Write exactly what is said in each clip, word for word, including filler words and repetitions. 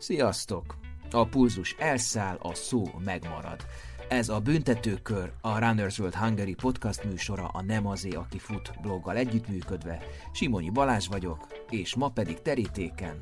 Sziasztok! A pulzus elszáll, a szó megmarad. Ez a Büntetőkör, a Runners World Hungary podcast műsora a Nem azé, aki fut bloggal együttműködve. Simonyi Balázs vagyok, és ma pedig terítéken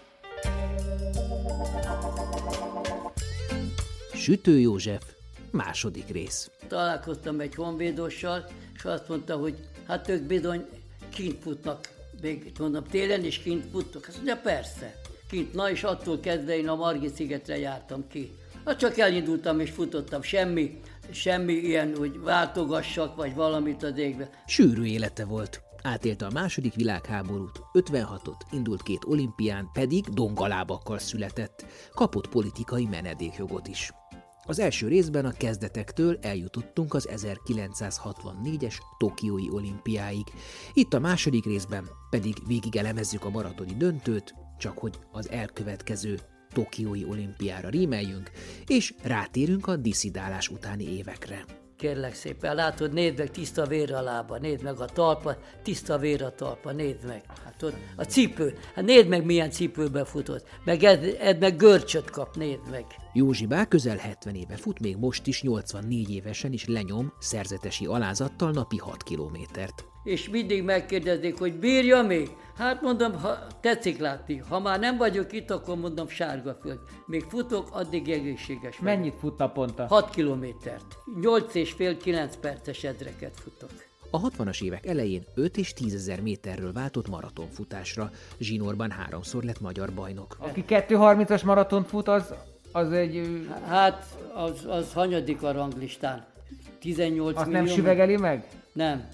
Sütő József, második rész. Találkoztam egy honvédossal, és azt mondta, hogy hát ők bizony kint futnak, még mondom, télen is kint futnak. Azt mondja, persze, kint. Na és attól kezdve én a Margit-szigetre jártam ki. Hát csak elindultam és futottam, semmi, semmi ilyen, hogy váltogassak, vagy valamit az égbe. Sűrű élete volt. Átélte a második világháborút, ötvenhatot, indult két olimpián, pedig dongalábakkal született. Kapott politikai menedékjogot is. Az első részben a kezdetektől eljutottunk az ezerkilencszázhatvannégyes Tokiói olimpiáig. Itt a második részben pedig végig elemezzük a maratoni döntőt, csak hogy az elkövetkező Tokiói olimpiára rímeljünk, és rátérünk a diszidálás utáni évekre. Kérlek szépen, látod, nézd meg, tiszta vér a lába, nézd meg a talpa, tiszta vér a talpa, nézd meg. Hát ott a cipő, hát nézd meg, milyen cipőbe futott, meg ez, ez meg görcsöt kap, nézd meg. Józsi bá közel hetven éve fut, még most is nyolcvannégy évesen is lenyom szerzetesi alázattal napi hat kilométert. És mindig megkérdezik, hogy bírja még? Hát mondom, ha tetszik látni, ha már nem vagyok itt, akkor mondom sárgaföld. Még futok, addig egészséges vagyok. Mennyit fut naponta? hat kilométert. nyolc és fél kilenc perces edreket futok. A hatvanas évek elején öt és tízezer méterről váltott maratonfutásra. Zsinórban háromszor lett magyar bajnok. Aki kettő harmincas maratont fut, az, az egy... Hát, az, az hanyadik a ranglistán. tizennyolc azt millió... nem süvegeli meg? Nem.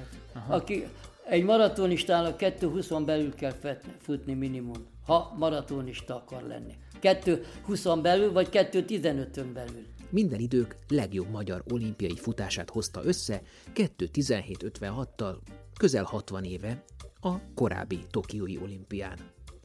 Aki egy maratonistának kettő húszon belül kell futni minimum, ha maratonista akar lenni. kettő húszon belül, vagy kettő tizenötön belül. Minden idők legjobb magyar olimpiai futását hozta össze kettő tizenhét ötvenhattal, közel hatvan éve a korábbi Tokiói olimpián.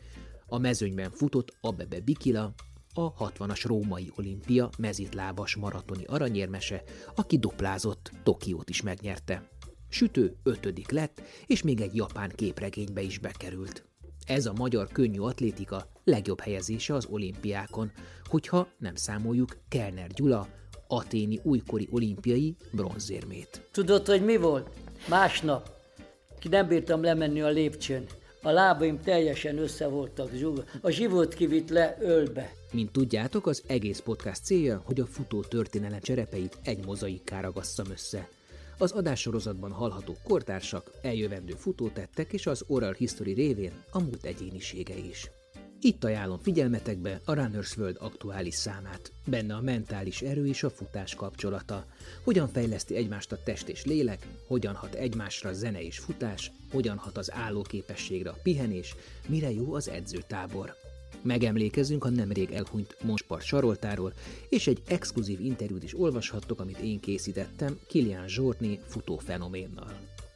A mezőnyben futott Abebe Bikila, a hatvanas római olimpia mezitlábas maratoni aranyérmese, aki duplázott, Tokiót is megnyerte. Sütő ötödik lett, és még egy japán képregénybe is bekerült. Ez a magyar könnyű atlétika legjobb helyezése az olimpiákon, hogyha nem számoljuk Kellner Gyula, athéni újkori olimpiai bronzérmét. Tudod, hogy mi volt? Másnap nem bírtam lemenni a lépcsőn. A lábaim teljesen össze voltak zsugva. A zsivót kivitt le ölbe. Mint tudjátok, az egész podcast célja, hogy a futó történelem cserepeit egy mozaikká ragasszam össze. Az adássorozatban hallható kortársak, eljövendő futótettek és az oral history révén a múlt egyénisége is. Itt ajánlom figyelmetekbe a Runners World aktuális számát, benne a mentális erő és a futás kapcsolata, hogyan fejleszti egymást a test és lélek, hogyan hat egymásra a zene és futás, hogyan hat az állóképességre a pihenés, mire jó az edzőtábor. Megemlékezünk a nemrég elhunyt Monspart Saroltáról, és egy exkluzív interjút is olvashattok, amit én készítettem Kilian Zsorné futófenoménnal.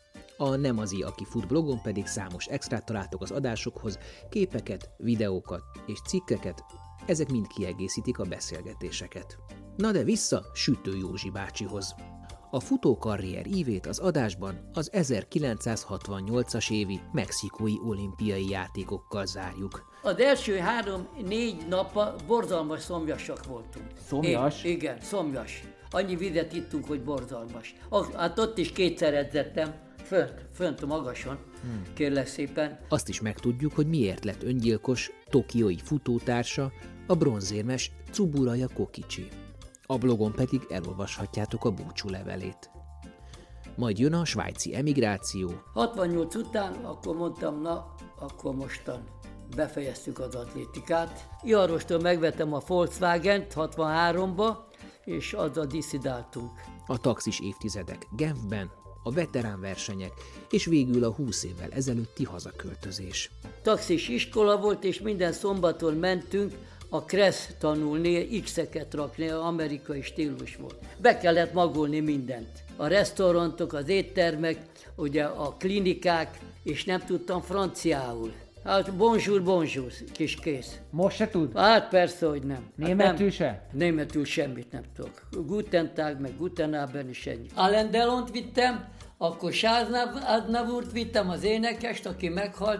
A Nem azé, aki fut blogon pedig számos extrát találtok az adásokhoz, képeket, videókat és cikkeket, ezek mind kiegészítik a beszélgetéseket. Na de vissza Sütő Józsi bácsihoz. A futókarrier ívét az adásban az ezerkilencszázhatvannyolcas évi mexikói olimpiai játékokkal zárjuk. Az első három-négy nappa borzalmas szomjasak voltunk. Szomjas? É, igen, szomjas. Annyi vizet ittunk, hogy borzalmas. Hát ott is kétszer edzettem, fönt, fönt a magason, hmm. kérlek szépen. Azt is megtudjuk, hogy miért lett öngyilkos tokiói futótársa, a bronzérmes Tsuburaya Kokichi. A blogon pedig elolvashatjátok a búcsú levelét. Majd jön a svájci emigráció. hatvannyolc után akkor mondtam, na, akkor mostan befejeztük az atlétikát. Iharostól megvettem a Volkswagent hatvanháromba, és azzal diszidáltunk. A taxis évtizedek Genfben, a veterán versenyek, és végül a húsz évvel ezelőtti hazaköltözés. Taxis iskola volt, és minden szombaton mentünk a Kressz tanulni, X-eket rakni, amerikai stílus volt. Be kellett magolni mindent. A restaurantok, az éttermek, ugye a klinikák, és nem tudtam franciául. Hát bonjour, bonjour, kis kész. Most se tud? Hát persze, hogy nem. Németül hát nem, se? Németül semmit nem tudok. Guten Tag, meg Guten Abend is ennyi. Alain Delont vittem, akkor Charles Aznavourt vittem, az énekest, aki meghalt,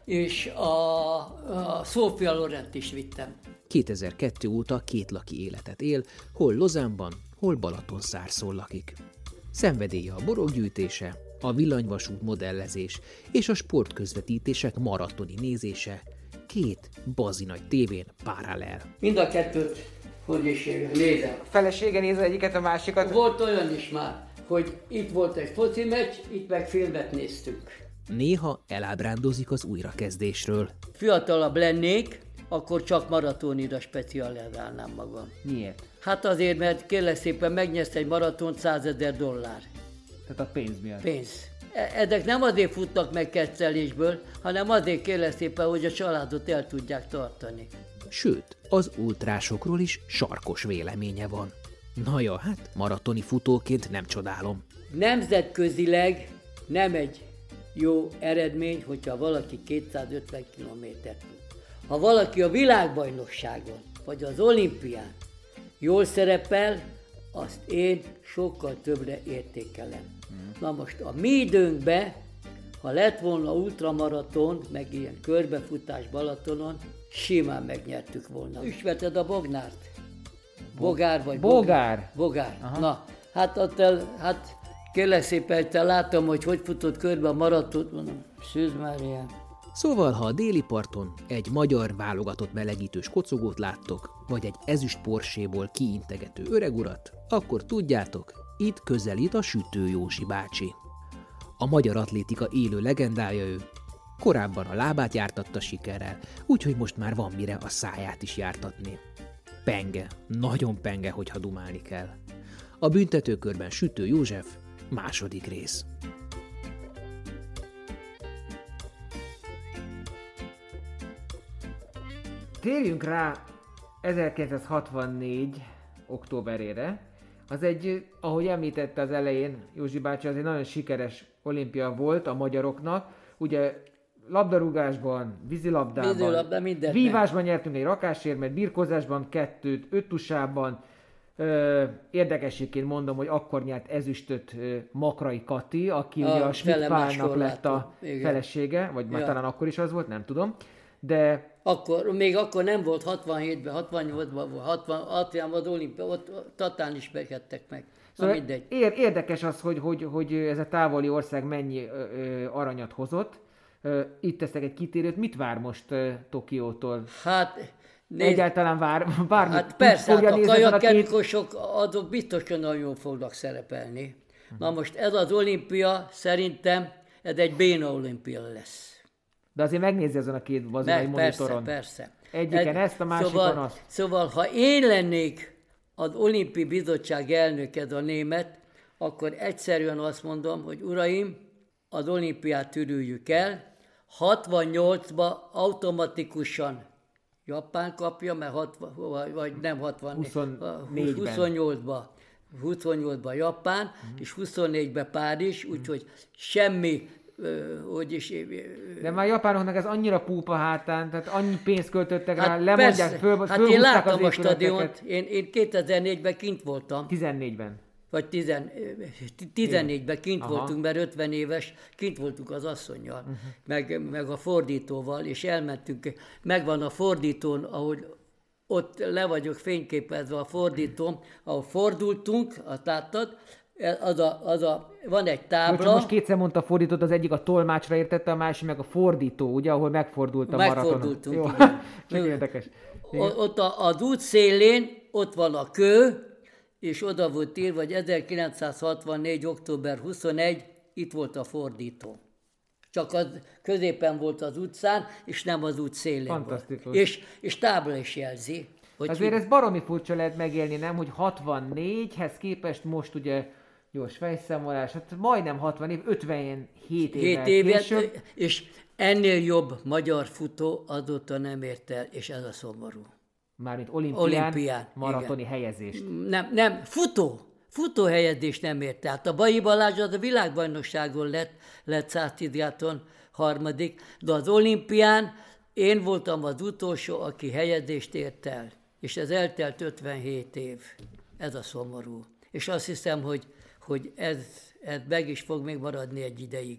és a, a Sofia Lorent is vittem. kétezer-kettő óta kétlaki életet él, hol Lozánban, hol Balatonszárszón lakik. Szenvedélye a borokgyűjtése, a villanyvasút modellezés és a sportközvetítések maratoni nézése két bazinagy tévén paralel. Mind a kettőt, hogy is nézem. A felesége nézze egyiket, a másikat. Volt olyan is már, hogy itt volt egy foci meccs, itt meg filmet néztünk. Néha elábrándozik az újrakezdésről. Fiatalabb lennék, akkor csak maratonira specializálnám magam. Miért? Hát azért, mert kérlek szépen megnyersz egy maratont százezer dollár. Tehát a pénz miatt. Pénz. Ezek nem azért futnak meg keccelésből, hanem azért kérlek szépen, hogy a családot el tudják tartani. Sőt, az ultrásokról is sarkos véleménye van. Na ja, hát maratoni futóként nem csodálom. Nemzetközileg nem egy jó eredmény, hogyha valaki kétszázötven kilométert fut. Ha valaki a világbajnokságon, vagy az olimpián jól szerepel, azt én sokkal többre értékelem. Na most a mi időnkben, ha lett volna ultramaraton, meg ilyen körbefutás Balatonon, simán megnyertük volna. Ismerted a Bognárt? Bogár vagy Bogár? Bogár. Bogár. Na, hát ott el, hát kérlek szépen, te látom, hogy hogy futott körbe a maratont, mondom, Szűz Mária. Szóval, ha a déli parton egy magyar válogatott melegítős kocogót láttok, vagy egy ezüst Porséból kiintegető öregurat, akkor tudjátok, itt közelít a Sütő Józsi bácsi. A magyar atlétika élő legendája ő. Korábban a lábát jártatta sikerrel, úgyhogy most már van mire a száját is jártatni. Penge, nagyon penge, hogyha dumálni kell. A büntetőkörben Sütő József, második rész. Térjünk rá ezerkilencszázhatvannégy októberére. Az egy, ahogy említette az elején Józsi bácsi, az egy nagyon sikeres olimpia volt a magyaroknak. Ugye labdarúgásban, vízilabdában, Vízilabda, mindent vívásban nyertünk egy rakásérmet, birkózásban kettőt, öttusában. Ö, érdekességként mondom, hogy akkor nyert ezüstöt ö, Makrai Kati, aki a ugye a Schmidt Pálnak lett a igen. felesége, vagy már ja. talán akkor is az volt, nem tudom. De Akkor, még akkor nem volt hatvanhétben, hatvannyolcban volt, hatvanban az olimpia, ott Tatán ismerkedtek meg. Szóval mindegy. Érdekes az, hogy, hogy, hogy ez a távoli ország mennyi ö, ö, aranyat hozott. Ö, itt teszek egy kitérőt. Mit vár most ö, Tokiótól? Hát nézd, egyáltalán vár, bármit hát persze, hát a kajakerikusok két... azok biztosan nagyon jól fognak szerepelni. Uh-huh. Na most ez az olimpia szerintem ez egy béna olimpia lesz. De azért megnézi azon a két bazinai monitoron. Persze, persze. Egyiken ezt, a másikon szóval, azt. Szóval, ha én lennék az Olimpiai Bizottság elnöke, ez a német, akkor egyszerűen azt mondom, hogy uraim, az olimpiát tűrüljük el, hatvannyolcban automatikusan Japán kapja, mert hatvan, vagy nem hatvan, huszonnyolcban. huszonnyolcban Japán, uh-huh. és huszonnégyben Párizs, úgyhogy uh-huh. semmi hogy is... De már a japánoknak ez annyira púpa hátán, tehát annyi pénzt költöttek hát rá, lemondják, föl, hát én láttam a stadiont, én, én kétezer-négyben kint voltam. tizennégyben. Vagy tizen, tizennégyben kint Aha. voltunk, mert ötven éves, kint voltunk az asszonnyal, uh-huh. meg, meg a fordítóval, és elmentünk, megvan a fordítón, ahogy ott le vagyok fényképezve a fordítón, ahol fordultunk, azt láttad, Az a, az a, van egy tábla. Jó, most kétszer mondta a fordítót, az egyik a tolmácsra értette, a másik meg a fordító, ugye, ahol megfordult a maratonon. Megfordultunk, Jó. igen. Csak érdekes. O, ott a, az út szélén, ott van a kő, és oda volt írva, hogy ezerkilencszázhatvannégy. október huszonegyedike, itt volt a fordító. Csak az középen volt az utcán, és nem az út szélén Fantasztikus. volt. És, és tábla is jelzi. Hogy Azért hi... ez baromi furcsa lehet megélni, nem? Hogy hatvannégyhez képest most ugye gyors fejszámolás, hát majdnem hatvan év, ötvenhét évvel később. És ennél jobb magyar futó azóta nem ért el, és ez a szomorú. Mármint olimpián, olimpián maratoni igen. helyezést. Nem, nem, futó. Futó helyezést nem ért el. Hát a Baji Balázs az a világbajnokságon lett, lett száztízgáton harmadik, de az olimpián én voltam az utolsó, aki helyezést ért el. És ez eltelt ötvenhét év. Ez a szomorú. És azt hiszem, hogy hogy ez, ez meg is fog még maradni egy ideig.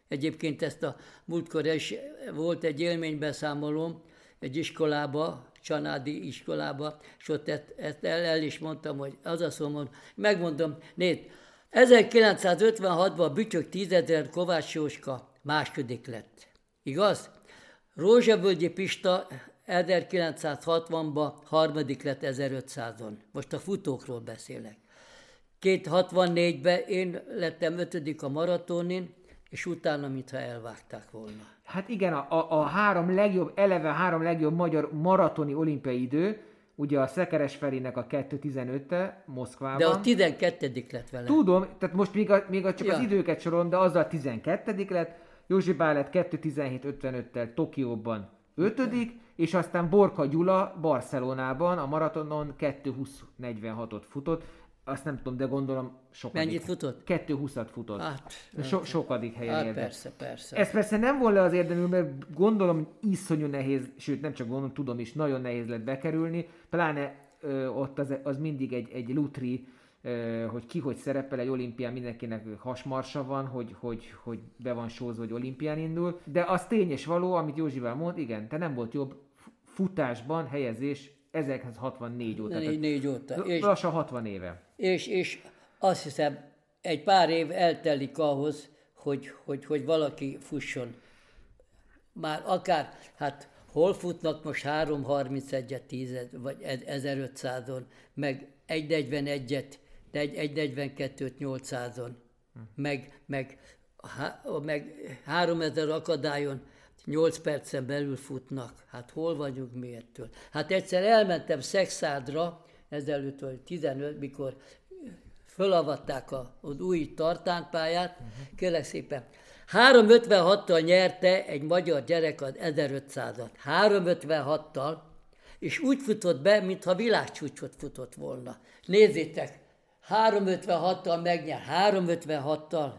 Egyébként ezt a múltkor is volt egy élménybeszámolóm egy iskolába, csanádi iskolába, és ott ezt, ezt el, el is mondtam, hogy az a szomorú. Megmondom, nézd, ezerkilencszázötvenhatban a Bütyök tízezer Kovács Jóska második lett. Igaz? Rózsavölgyi Pista ezerkilencszázhatvanban harmadik lett ezerötszázon. Most a futókról beszélek. kétszázhatvannégyben én lettem ötödik a maratonin, és utána, mintha elvágták volna. Hát igen, a, a, a három legjobb, eleve három legjobb magyar maratoni olimpiai idő, ugye a Szekeres Ferinek a kettő tizenöt Moszkvában. De a tizenkettedik lett vele. Tudom, tehát most még, a, még a, csak ja. az időket sorolom, de azzal tizenkettedik lett, Józsi Bál lett kettő tizenhét ötvenöttel Tokióban ötödik, és aztán Borka Gyula Barcelonában a maratonon kettő húsz negyvenhatot futott. Azt nem tudom, de gondolom sokadik. Mennyit futott? kettő húszat futott. Hát, so, sokadik helyen hát érde. persze, persze. Ez persze nem volt le az érdemű, mert gondolom iszonyú nehéz, sőt nem csak gondolom, tudom is, nagyon nehéz lett bekerülni. Pláne ö, ott az, az mindig egy, egy lutri, ö, hogy ki hogy szerepel egy olimpián, mindenkinek hasmarsa van, hogy, hogy, hogy be van sózva, hogy olimpián indul. De az tény és való, amit Józsival mond, igen, te nem volt jobb futásban helyezés ezerkilencszázhatvannégy óta. négy, négy óta. L- lassan hatvan éve. És, és azt hiszem, egy pár év eltelik ahhoz, hogy, hogy, hogy valaki fusson. Már akár, hát hol futnak most három harmincegyet, tíz vagy ezerötszázon, meg egy negyvenegyet, egy negyvenkettőt nyolcszázon, meg, meg, há, meg háromezer akadályon nyolc percen belül futnak. Hát hol vagyunk mi ettől? Hát egyszer elmentem Szexádra, ezelőtt vagy tizenöt, mikor fölavatták a, az új tartánypályát, uh-huh. kérlek szépen, három ötvenhattal nyerte egy magyar gyerek az ezerötszázat. három ötvenhattal, és úgy futott be, mintha világcsúcsot futott volna. Nézzétek, három ötvenhattal megnyer, három ötvenhattal.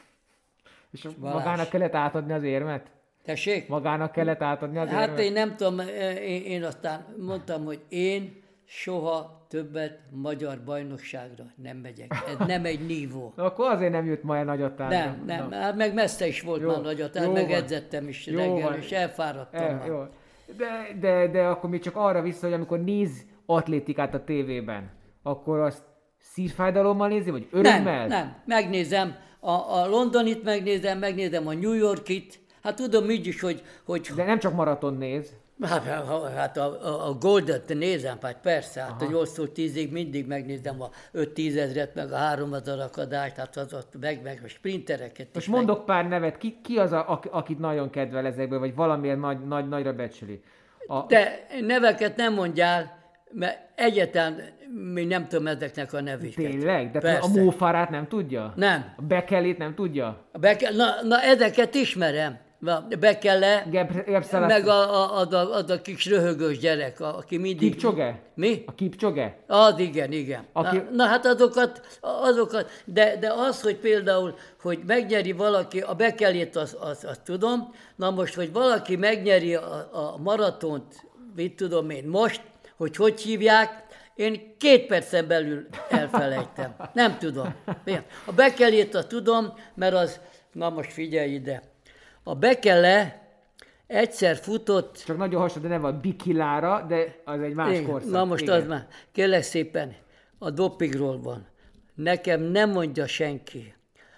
És Balázs. Magának kellett átadni az érmet? Tessék? Magának kellett átadni az hát érmet? Hát én nem tudom, én, én aztán mondtam, hogy én soha többet magyar bajnokságra nem megyek. Ez nem egy nívó. Na, akkor azért nem jött ma el nagyatán. Nem, nem, hát meg messze is volt jó, már nagyatán, meg edzettem is jó reggel, van. És elfáradtam e, már. Jó. De, de, de akkor még csak arra vissza, hogy amikor néz atlétikát a tévében, akkor azt szívfájdalommal nézi, vagy örömmel? Nem, nem. Megnézem a, a Londonit, megnézem, megnézem a New Yorkit. Hát tudom így is, hogy... hogy de nem csak maraton néz. Hát, hát a, a, a Goldet nézem, hát persze, hát aha. A nyolctól tízig mindig megnézem a öt-tíz ezret, meg a háromezer akadályt, hát az ott meg, meg a sprintereket. Most mondok meg... pár nevet, ki, ki az, a, akit nagyon kedvel ezekből, vagy valamilyen nagy, nagy, nagyra becsüli? A... De neveket nem mondjál, mert egyáltalán mi nem tudom ezeknek a neviket. Tényleg? De persze. A Mo Farahot nem tudja? Nem. A Bekelét nem tudja? A Bekel... na, na, ezeket ismerem. Bekele, meg a, a, a, a, a kis röhögös gyerek, aki mindig... Kipcsoge? Mi? A Kipcsoge? Az igen, igen. Aki... Na, na hát azokat, azokat de, de az, hogy például, hogy megnyeri valaki, a Bekelét azt az, az tudom, na most, hogy valaki megnyeri a, a maratont, mit tudom én most, hogy hogy hívják, én két percen belül elfelejtem. Nem tudom. A Bekelét azt tudom, mert az, na most figyelj ide, a Bekele egyszer futott... Csak nagyon hasonló, de nem a Bikilára, de az egy más igen, korszak. Na most igen. Az már, kérlek szépen, a dopingról van. Nekem nem mondja senki.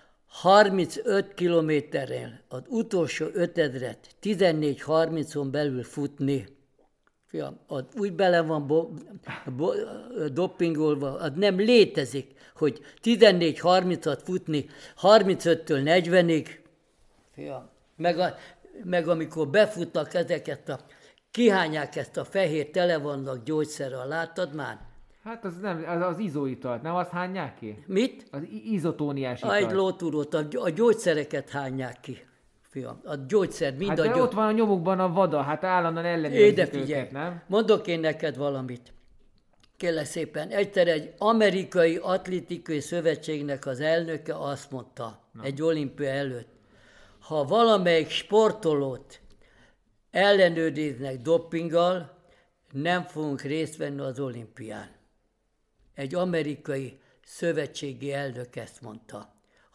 harmincöt kilométerrel az utolsó ötezret tizennégy harmincon belül futni. Fiam, az úgy bele van bo, bo, dopingolva, az nem létezik, hogy tizennégy harmincat futni harmincöttől negyvenig. Fiam, Meg, a, meg amikor befutnak ezeket a, kihányják ezt a fehér, tele vannak gyógyszerrel, láttad már? Hát az nem, az, az izóitalt, nem azt hányják ki? Mit? Az izotóniás italt. Egy lótúrót, a, a gyógyszereket hányják ki, fiam. A gyógyszer, mind hát a de gyó... ott van a nyomukban a vada, hát állandóan ellenőrzik őket, nem? Mondok én neked valamit. Kérlek szépen, egyszer egy amerikai atlétikai szövetségnek az elnöke azt mondta, na. Egy olimpia előtt, ha valamelyik sportolót ellenőriznek dopinggal, nem fogunk részt venni az olimpián. Egy amerikai szövetségi elnök ezt mondta.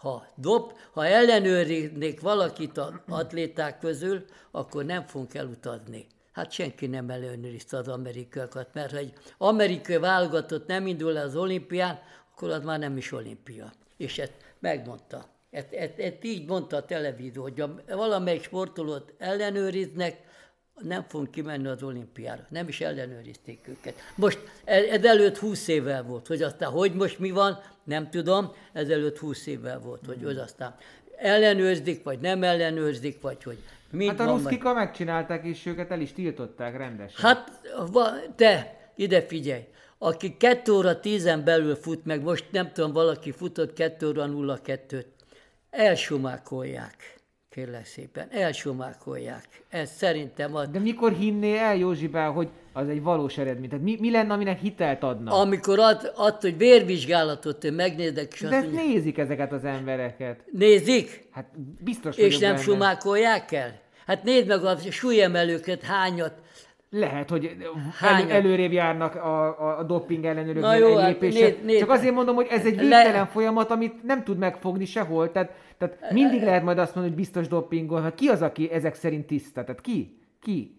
ha dob, ha ellenőriznék valakit az atléták közül, akkor nem fogunk elutazni. Hát senki nem ellenőrizte az amerikaiakat, mert ha egy amerikai válogatott nem indul az olimpián, akkor az már nem is olimpia. És ezt megmondta. Ezt, ezt, ezt így mondta a televízió, hogy ha valamelyik sportolót ellenőriznek, nem fogunk kimenni az olimpiára. Nem is ellenőrizték őket. Most ezelőtt húsz évvel volt, hogy aztán hogy most mi van, nem tudom, ezelőtt húsz évvel volt, hogy az aztán ellenőrzik, vagy nem ellenőrzik, vagy hogy mind hát a van. ruszkika meg... megcsinálták, és őket el is tiltották rendesen. Hát te, ide figyelj, aki kettő óra tízen belül fut meg, most nem tudom, valaki futott kettő óra nulla kettőt, elsumákolják. Kérlek szépen, elsumákolják. Ez szerintem az... De mikor hinné el, Józsibá, hogy az egy valós eredmény? Tehát mi, mi lenne, aminek hitelt adna? Amikor ad, ad hogy vérvizsgálatot megnézek, és de ezt mondja, nézik ezeket az embereket. Nézik? Hát biztos és nem benne. Sumákolják el? Hát nézd meg a súlyemelőket, hányat. Lehet, hogy elő, előrébb járnak a, a, a doping ellenőrök lépése. Hát nézd, nézd. Csak azért mondom, hogy ez egy végtelen Le... folyamat, amit nem tud megfogni sehol. Tehát, tehát mindig lehet majd azt mondani, hogy biztos dopingol. Hát ki az, aki ezek szerint tiszta? Tehát ki? Ki?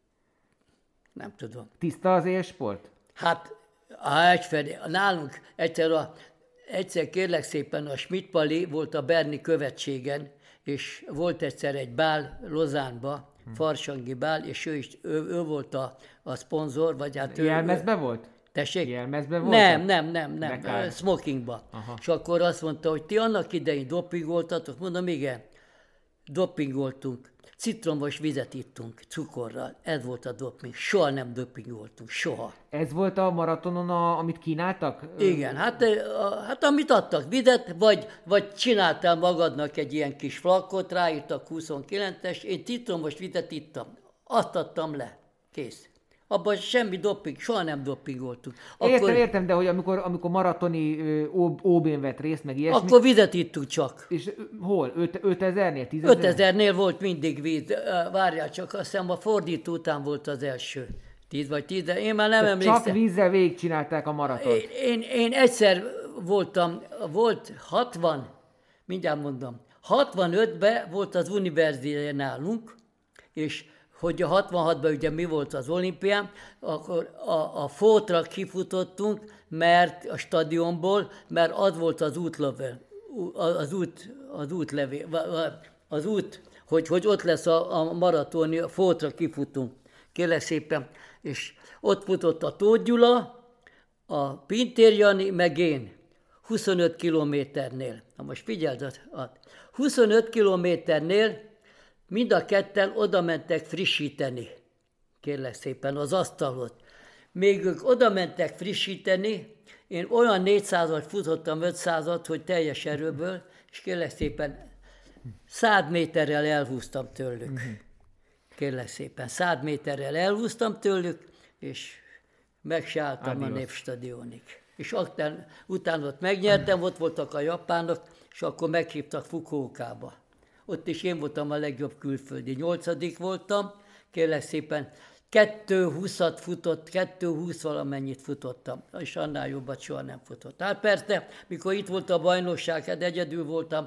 Nem tudom. Tiszta az élsport? Hát, egyfelé, nálunk egyszer, a, egyszer kérlek szépen a Schmidt-Pali volt a Berni követségen, és volt egyszer egy bál Lozánba, farsangi bál, és ő, is, ő, ő volt a, a szponzor, vagy hát ő... Jelmezbe volt? Tessék? Jelmezbe volt? Nem, nem, nem, nem, smokingba. Aha. És akkor azt mondta, hogy ti annak idején dopingoltatok, mondom, igen, dopingoltunk. Citromos vizet ittunk, cukorral. Ez volt a doping. Soha nem dopingoltunk, soha. Ez volt a maratonon, a, amit kínáltak? Igen, hát, a, hát amit adtak, vizet, vagy, vagy csináltál magadnak egy ilyen kis flakot, ráírtak huszonkilences, én citromos vizet ittam. Azt adtam le. Kész. Abban semmi doping, soha nem dopingoltunk. Akkor... Értem, értem, de hogy amikor, amikor maratoni ó bén vett részt, meg ilyesmi... Akkor vizet ittunk csak. És hol? ötezernél? tízezer? ötezernél volt mindig víz. Várjál csak, azt hiszem a fordító után volt az első. Tíz vagy tíz, de én már nem Te emlékszem. Csak vízzel végigcsinálták a maratont. Én, én, én egyszer voltam, volt hatvan, mindjárt mondom, hatvanötben volt az Universiade nálunk, és hogy a hatvanhatban ugye mi volt az olimpián, akkor a, a fótra kifutottunk, mert a stadionból, mert az volt az útlevél, az út, az útlevél, az út, hogy, hogy ott lesz a, a maratoni, a fótra kifutunk. Kérlek szépen, és ott futott a Tóth Gyula, a Pintér Jani, meg én, huszonöt kilométernél. Na most figyeld, a huszonöt kilométernél mind a ketten oda mentek frissíteni, kérlek szépen, az asztalot. Még ők oda mentek frissíteni, én olyan négyszázat futottam, ötszázat, hogy teljes erőből, és kérlek szépen száz méterrel elhúztam tőlük. Kérlek szépen, száz méterrel elhúztam tőlük, és meg se álltam a Népstadionig. És aztán, utána ott megnyertem, ott voltak a japánok, és akkor meghívtak Fukuokába. Ott is én voltam a legjobb külföldi. Nyolcadik voltam, kérlek szépen, kettő húszat futott, kettő húsz valamennyit futottam, és annál jobbat soha nem futott. Hát persze, mikor itt volt a bajnokság, hát egyedül voltam,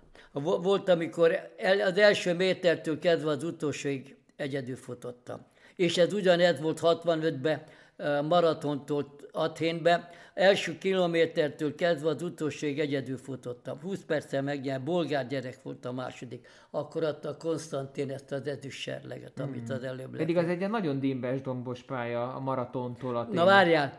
volt, amikor az első métertől kezdve az utolsóig egyedül futottam. És ez ugyanez volt hatvanötben, maratontól Athénben, első kilométertől kezdve az utolsóig egyedül futottam. húsz perccel megnyert, bolgár gyerek volt a második. Akkor adta Konstantin ezt az ezüstserleget, amit az előbb lett. Pedig az egy nagyon dimbes dombos pálya a maratontól Athénben. Na várjál,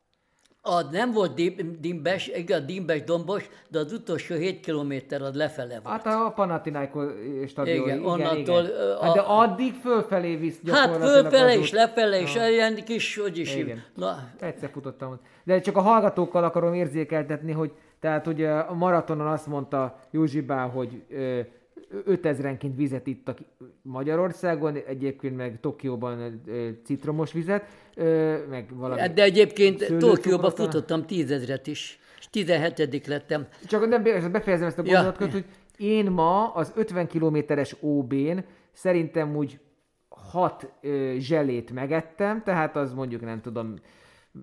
az nem volt dimbes, igaz, dimbes dombos, de az utolsó hét kilométer az lefele volt. Hát a Panathinaikos stadion. Igen, igen, onnantól... igen. Hát de addig fölfelé visz gyakorlatilag. Hát fölfele és lefele, és ilyen kis, hogy is igen. Na. Egyszer futottam. De csak a hallgatókkal akarom érzékeltetni, hogy tehát ugye a maratonon azt mondta Józsibá, hogy ötezrenként vizet ittak Magyarországon, egyébként meg Tokióban citromos vizet, meg valami... De egyébként Tokióban futottam tízezret is, és tizenhetedik lettem. Csak nem befejezem ezt a gondolatot, ja. hogy én ma az ötven kilométeres ó bén szerintem úgy hat zselét megettem, tehát az mondjuk nem tudom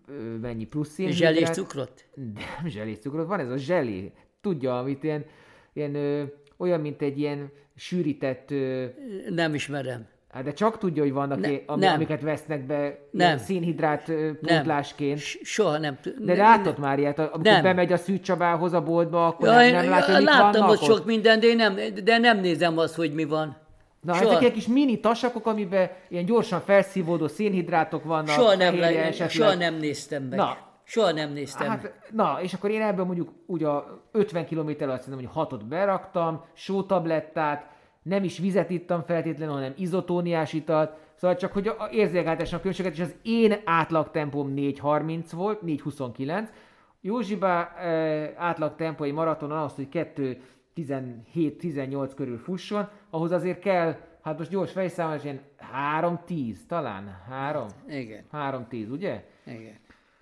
mennyi plusz szénhidrát. Zselés cukrot? Nem zselés cukrot, van ez a zselé. Tudja, amit ilyen ilyen ö, olyan, mint egy ilyen sűrített... Ö, nem ismerem. Hát de csak tudja, hogy vannak, ne, é, ami, amiket vesznek be szénhidrát pótlásként. Soha nem. De láttad már ilyet, amikor nem. bemegy a Szűcs Csabához a boltba, akkor ja, nem, nem látja, hogy láttam ott sok minden, de nem, de nem nézem azt, hogy mi van. Na, soha. Ezek egy kis mini tasakok, amiben ilyen gyorsan felszívódó szénhidrátok vannak. Soha nem, le, soha nem néztem meg. Na, soha nem néztem hát, meg. Na, és akkor én ebben mondjuk úgy a ötven kilométer alatt szerintem, hogy hatot beraktam, sótablettát, nem is vizet ittam feltétlenül, hanem izotóniás italt. Szóval csak, hogy érzékeltessem a különbséget, és az én átlagtempóm négy harminc volt, négy huszonkilenc. Józsibá eh, átlagtempói maratonon ahhoz, hogy kettő tizenhét tizennyolc körül fusson, ahhoz azért kell, hát most gyors fejszámolás, ilyen három tíz talán, három? Igen. három tíz, ugye? Igen.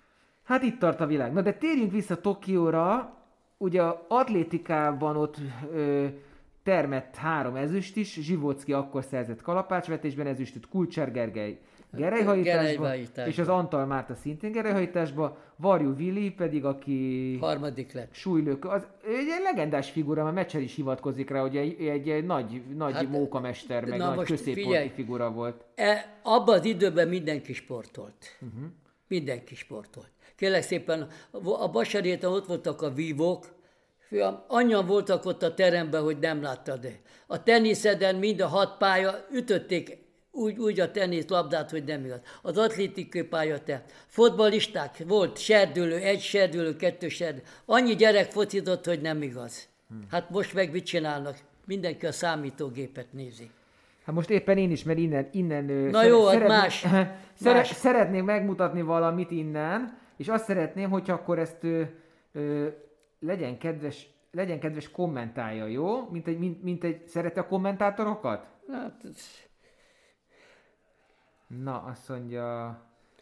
Hát itt tart a világ. Na de térjünk vissza Tokióra, ugye atlétikában ott... Ö, termett három ezüst is, Zsivóczki akkor szerzett kalapácsvetésben ezüstöt, Kulcsár Gergely gerelyhajításban, és az Antal Márta szintén gerelyhajításban, Varjú Vili pedig, aki harmadik lett. Súlylők, az egy legendás figura, mert Mecser is hivatkozik rá, hogy egy, egy, egy nagy, nagy hát, mókamester, meg nagy középporti figura volt. E, abban az időben mindenki sportolt. Uh-huh. Mindenki sportolt. Kérlek szépen, a Basaréten ott voltak a vívók, annyian voltak ott a teremben, hogy nem láttad. A teniszeden mind a hat pálya ütötték úgy, úgy a teniszlabdát, hogy nem igaz. Az atlétikai pálya te. Fotballisták, volt serdülő, egy serdülő, kettő serdülő. Annyi gyerek focizott, hogy nem igaz. Hát most meg mit csinálnak? Mindenki a számítógépet nézi. Hát most éppen én is, mert innen... innen Na szere- jó, szeretném, más, szere- más. Szeretném megmutatni valamit innen, és azt szeretném, hogy akkor ezt... Ö, ö, Legyen kedves, legyen kedves kommentálja, jó? Mint egy, mint, mint egy szereti a kommentátorokat? Hát... Na, azt mondja...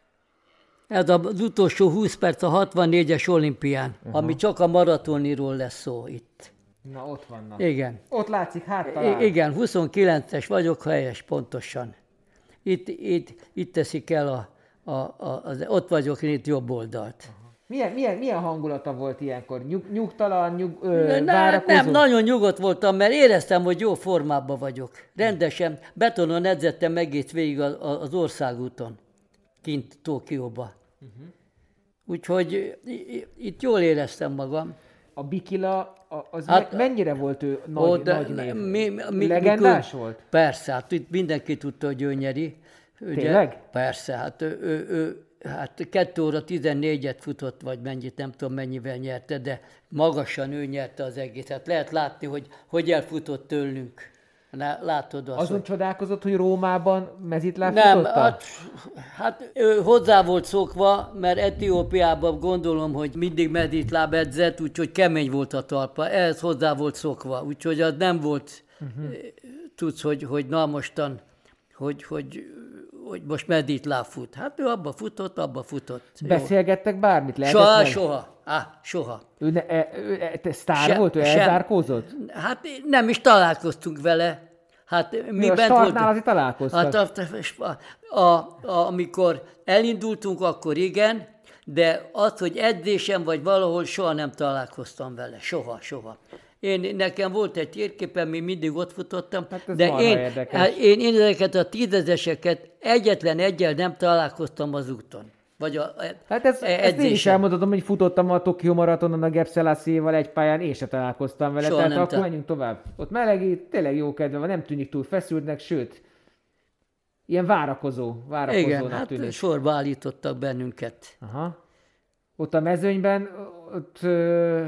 Ez az utolsó húsz perc a hatvannégyes olimpián, uh-huh. ami csak a maratoniról lesz szó itt. Na, ott vannak. Igen. Ott látszik, hát talán. I- igen, huszonkilences vagyok, helyes, pontosan. Itt, itt, itt teszik el a, a, a, az, ott vagyok én itt jobb oldalt. Uh-huh. Milyen, milyen, milyen hangulata volt ilyenkor? Nyug, nyugtalan, nyug, ö, ne, várakozó? Nem, nagyon nyugodt voltam, mert éreztem, hogy jó formában vagyok. Rendesen betonon edzettem egész végig az országúton, kint Tokióba. Uh-huh. Úgyhogy itt jól éreztem magam. A Bikila, az hát, mennyire volt ő nagy, ó, nagy név? Mi, mi, Legendás mikor, volt? Persze, hát itt mindenki tudta, hogy ő nyeri. Ugye? Tényleg? Persze, hát ő, ő, ő hát kettő óra tizennégyet futott, vagy mennyit, nem tudom mennyivel nyerte, de magasan ő nyerte az egész. Hát lehet látni, hogy hogy elfutott tőlünk. Látod azt. Azon hogy... csodálkozott, hogy Rómában mezitláb Nem, futotta? hát, hát ő hozzá volt szokva, mert Etiópiában gondolom, hogy mindig mezitláb edzett, úgyhogy kemény volt a talpa. Ehhez hozzá volt szokva, úgyhogy az nem volt, uh-huh. tudsz, hogy, hogy na mostan, hogy, hogy hogy most meditláb fut. Hát ő abba futott, abba futott. Beszélgettek jó. Bármit? Lehetett soha, meg? soha. Á, soha. Ő, ne, e, ő e, te sztár Se, volt? Ő sem, elzárkózott? Hát nem is találkoztunk vele. Hát mi a bent startnál azért találkoztak. Hát, a, a, a, amikor elindultunk, akkor igen, de az, hogy edzésen vagy valahol soha nem találkoztam vele. Soha, soha. Én, nekem volt egy térképen, mi mindig ott futottam, hát de én, én, én ezeket a tízezeseket egyetlen egyel nem találkoztam az úton. Vagy a, hát ez, ezt én is elmondhatom, hogy futottam a Tokió maratonon a Gebb Szelássziéval egy pályán, én sem találkoztam vele, soha tehát akkor ta... menjünk tovább. Ott melegít, tényleg jó kedve van, nem tűnik túl feszültnek, sőt, ilyen várakozó, várakozónak igen, hát tűnik. sorba állítottak bennünket. Aha. Ott a mezőnyben, ott... Ö...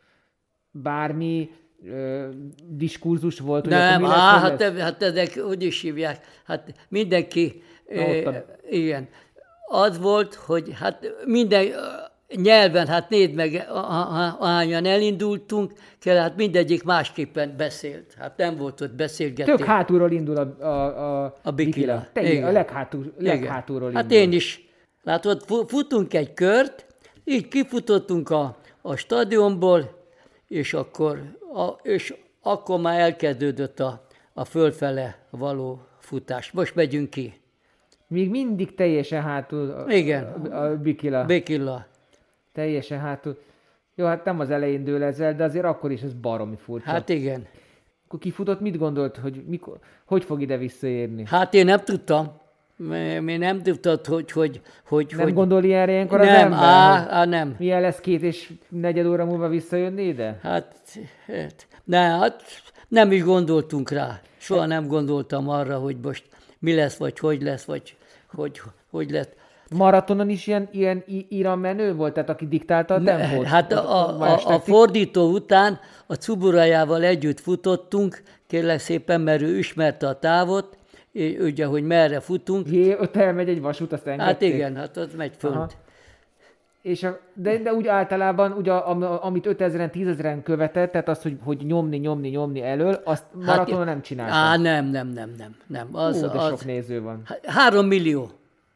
bármi ö, diskurzus volt? Nem, hogy á, hát, e, hát ezek úgy is hívják. Hát mindenki, Na, e, igen. Az volt, hogy hát minden nyelven, hát nézd meg, ahányan elindultunk, kell, hát mindegyik másképpen beszélt. Hát nem volt ott beszélgetés. Tök hátulról indul a, a, a, a Bikila. Bikila. A leghátul, leghátulról indul. Hát én is. Látod, futunk egy kört, így kifutottunk a, a stadionból, és akkor, a, és akkor már elkezdődött a, a fölfele való futás. Most megyünk ki. Még mindig teljesen hátul a, igen. a, a Bikila. Bikila. Teljesen hátul. Jó, hát nem az elején dől ezzel, de azért akkor is ez baromi furcsa. Hát igen. Akkor kifutott, mit gondolt, hogy mikor, hogy fog ide visszaérni? Hát én nem tudtam. Mi nem tudtad, hogy... hogy, hogy nem hogy... gondol ilyenre ilyenkor az nem, ember? Á, á, nem. Milyen lesz két és negyed óra múlva visszajönni ide? Hát, hát, ne, hát nem is gondoltunk rá. Soha nem gondoltam arra, hogy most mi lesz, vagy hogy lesz, vagy hogy, hogy lett. Maratonon is ilyen, ilyen íran menő volt, tehát aki diktálta a tempót? Hát a, a, a, a fordító után a Cuburajával együtt futottunk, kérlek szépen, mert ő ismerte a távot, ugye, hogy merre futunk. Jé, ott elmegy egy vasút, azt engedték? Hát igen, hát ott megy fönt. Aha. És a, de, de úgy általában, ugye, amit ötezren, tízezren követett, tehát az, hogy, hogy nyomni, nyomni, nyomni elől, azt maratonon hát, nem csinálta. Á, nem, nem, nem, nem. nem. Az, Hú, de az, sok néző van. Három millió.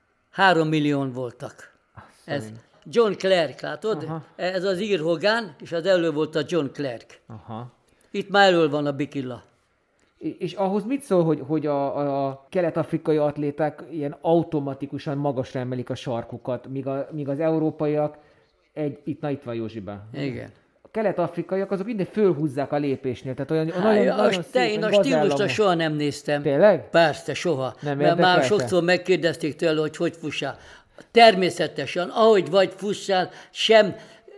Három millión voltak. Ez John Clark, látod? Aha. Ez az ír Hogan, és az elő volt a John Clark. Aha. Itt már elől van a Bikila. És ahhoz mit szól, hogy, hogy a, a kelet-afrikai atléták ilyen automatikusan magasra emelik a sarkukat, míg, a, míg az európaiak, egy, itt, na itt van Józsiba. Igen. A kelet-afrikaiak azok minden fölhúzzák a lépésnél. Tehát olyan, Há, nagyon, nagyon szép, te, én a stílusra soha nem néztem. Tényleg? Persze, soha. Nem mert már sokszor megkérdezték tőle, hogy hogy fussál. Természetesen, ahogy vagy fussál, sem...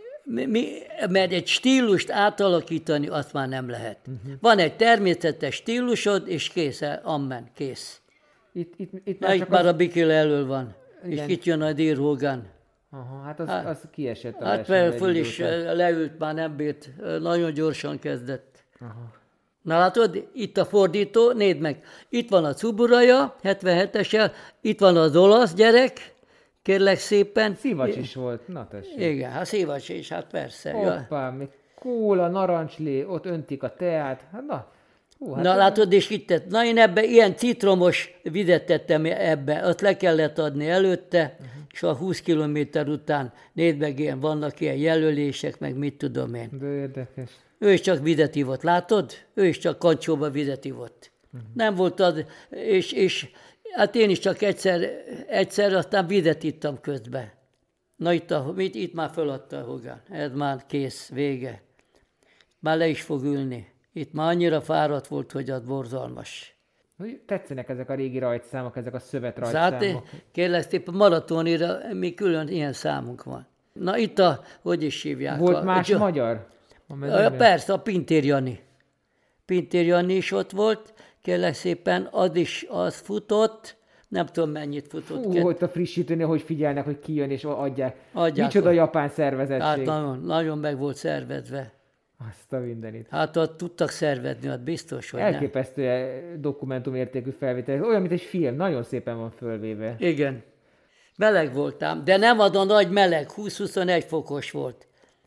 Mi, mert egy stílust átalakítani, azt már nem lehet. Uh-huh. Van egy természetes stílusod, és kész, amen, kész. Itt, itt, itt már, itt már az... a Bikila elől van, igen. És itt jön a Deer Hogan. Aha, hát az, hát, az kiesett a Hát mert föl is leült, már nem bírt, nagyon gyorsan kezdett. Aha. Na látod, itt a fordító, nézd meg, itt van a Cuburaja, hetvenhetessel, itt van az olasz gyerek, kérlek szépen. Szivacs is volt, na tessék. Igen, hát Szivacs is, hát persze. Hoppá, még kóla, narancslé, ott öntik a teát, hát na. Hú, hát na látod, és itt, na én ebbe ilyen citromos vizet tettem ebbe, azt le kellett adni előtte, uh-huh. És a húsz kilométer után, nézd meg, ilyen, vannak ilyen jelölések, meg mit tudom én. De érdekes. Ő is csak vizet ivott, látod? Ő is csak kancsóba vizet ivott. Uh-huh. Nem volt az, és, és hát én is csak egyszer, egyszer, aztán vizet ittam közben. Na itt, a, itt, itt már föladta a Hogan. Ez már kész, vége. Már le is fog ülni. Itt már annyira fáradt volt, hogy az borzalmas. Tetszenek ezek a régi rajtszámok, ezek a szövet rajtszámok. Hát kérlek szépen, maratonira mi külön ilyen számunk van. Na itt a, hogy is hívják? Volt a, más a, magyar? A, persze, a Pintér Jani. Pintér Jani is ott volt, kérlek szépen, az is az futott, nem tudom mennyit futott. Hú, hogy a frissítőnél, hogy figyelnek, hogy ki jön és adják. adják Micsoda japán szervezettség. Hát nagyon, nagyon meg volt szervezve. Azt a mindenit. Hát ott tudtak szervezni, ott biztos, hogy elképesztő nem. Dokumentumértékű felvétel. Olyan, mint egy film, nagyon szépen van fölvéve. Igen. Meleg voltam, de nem ad a nagy meleg, húsz-huszonegy fokos volt.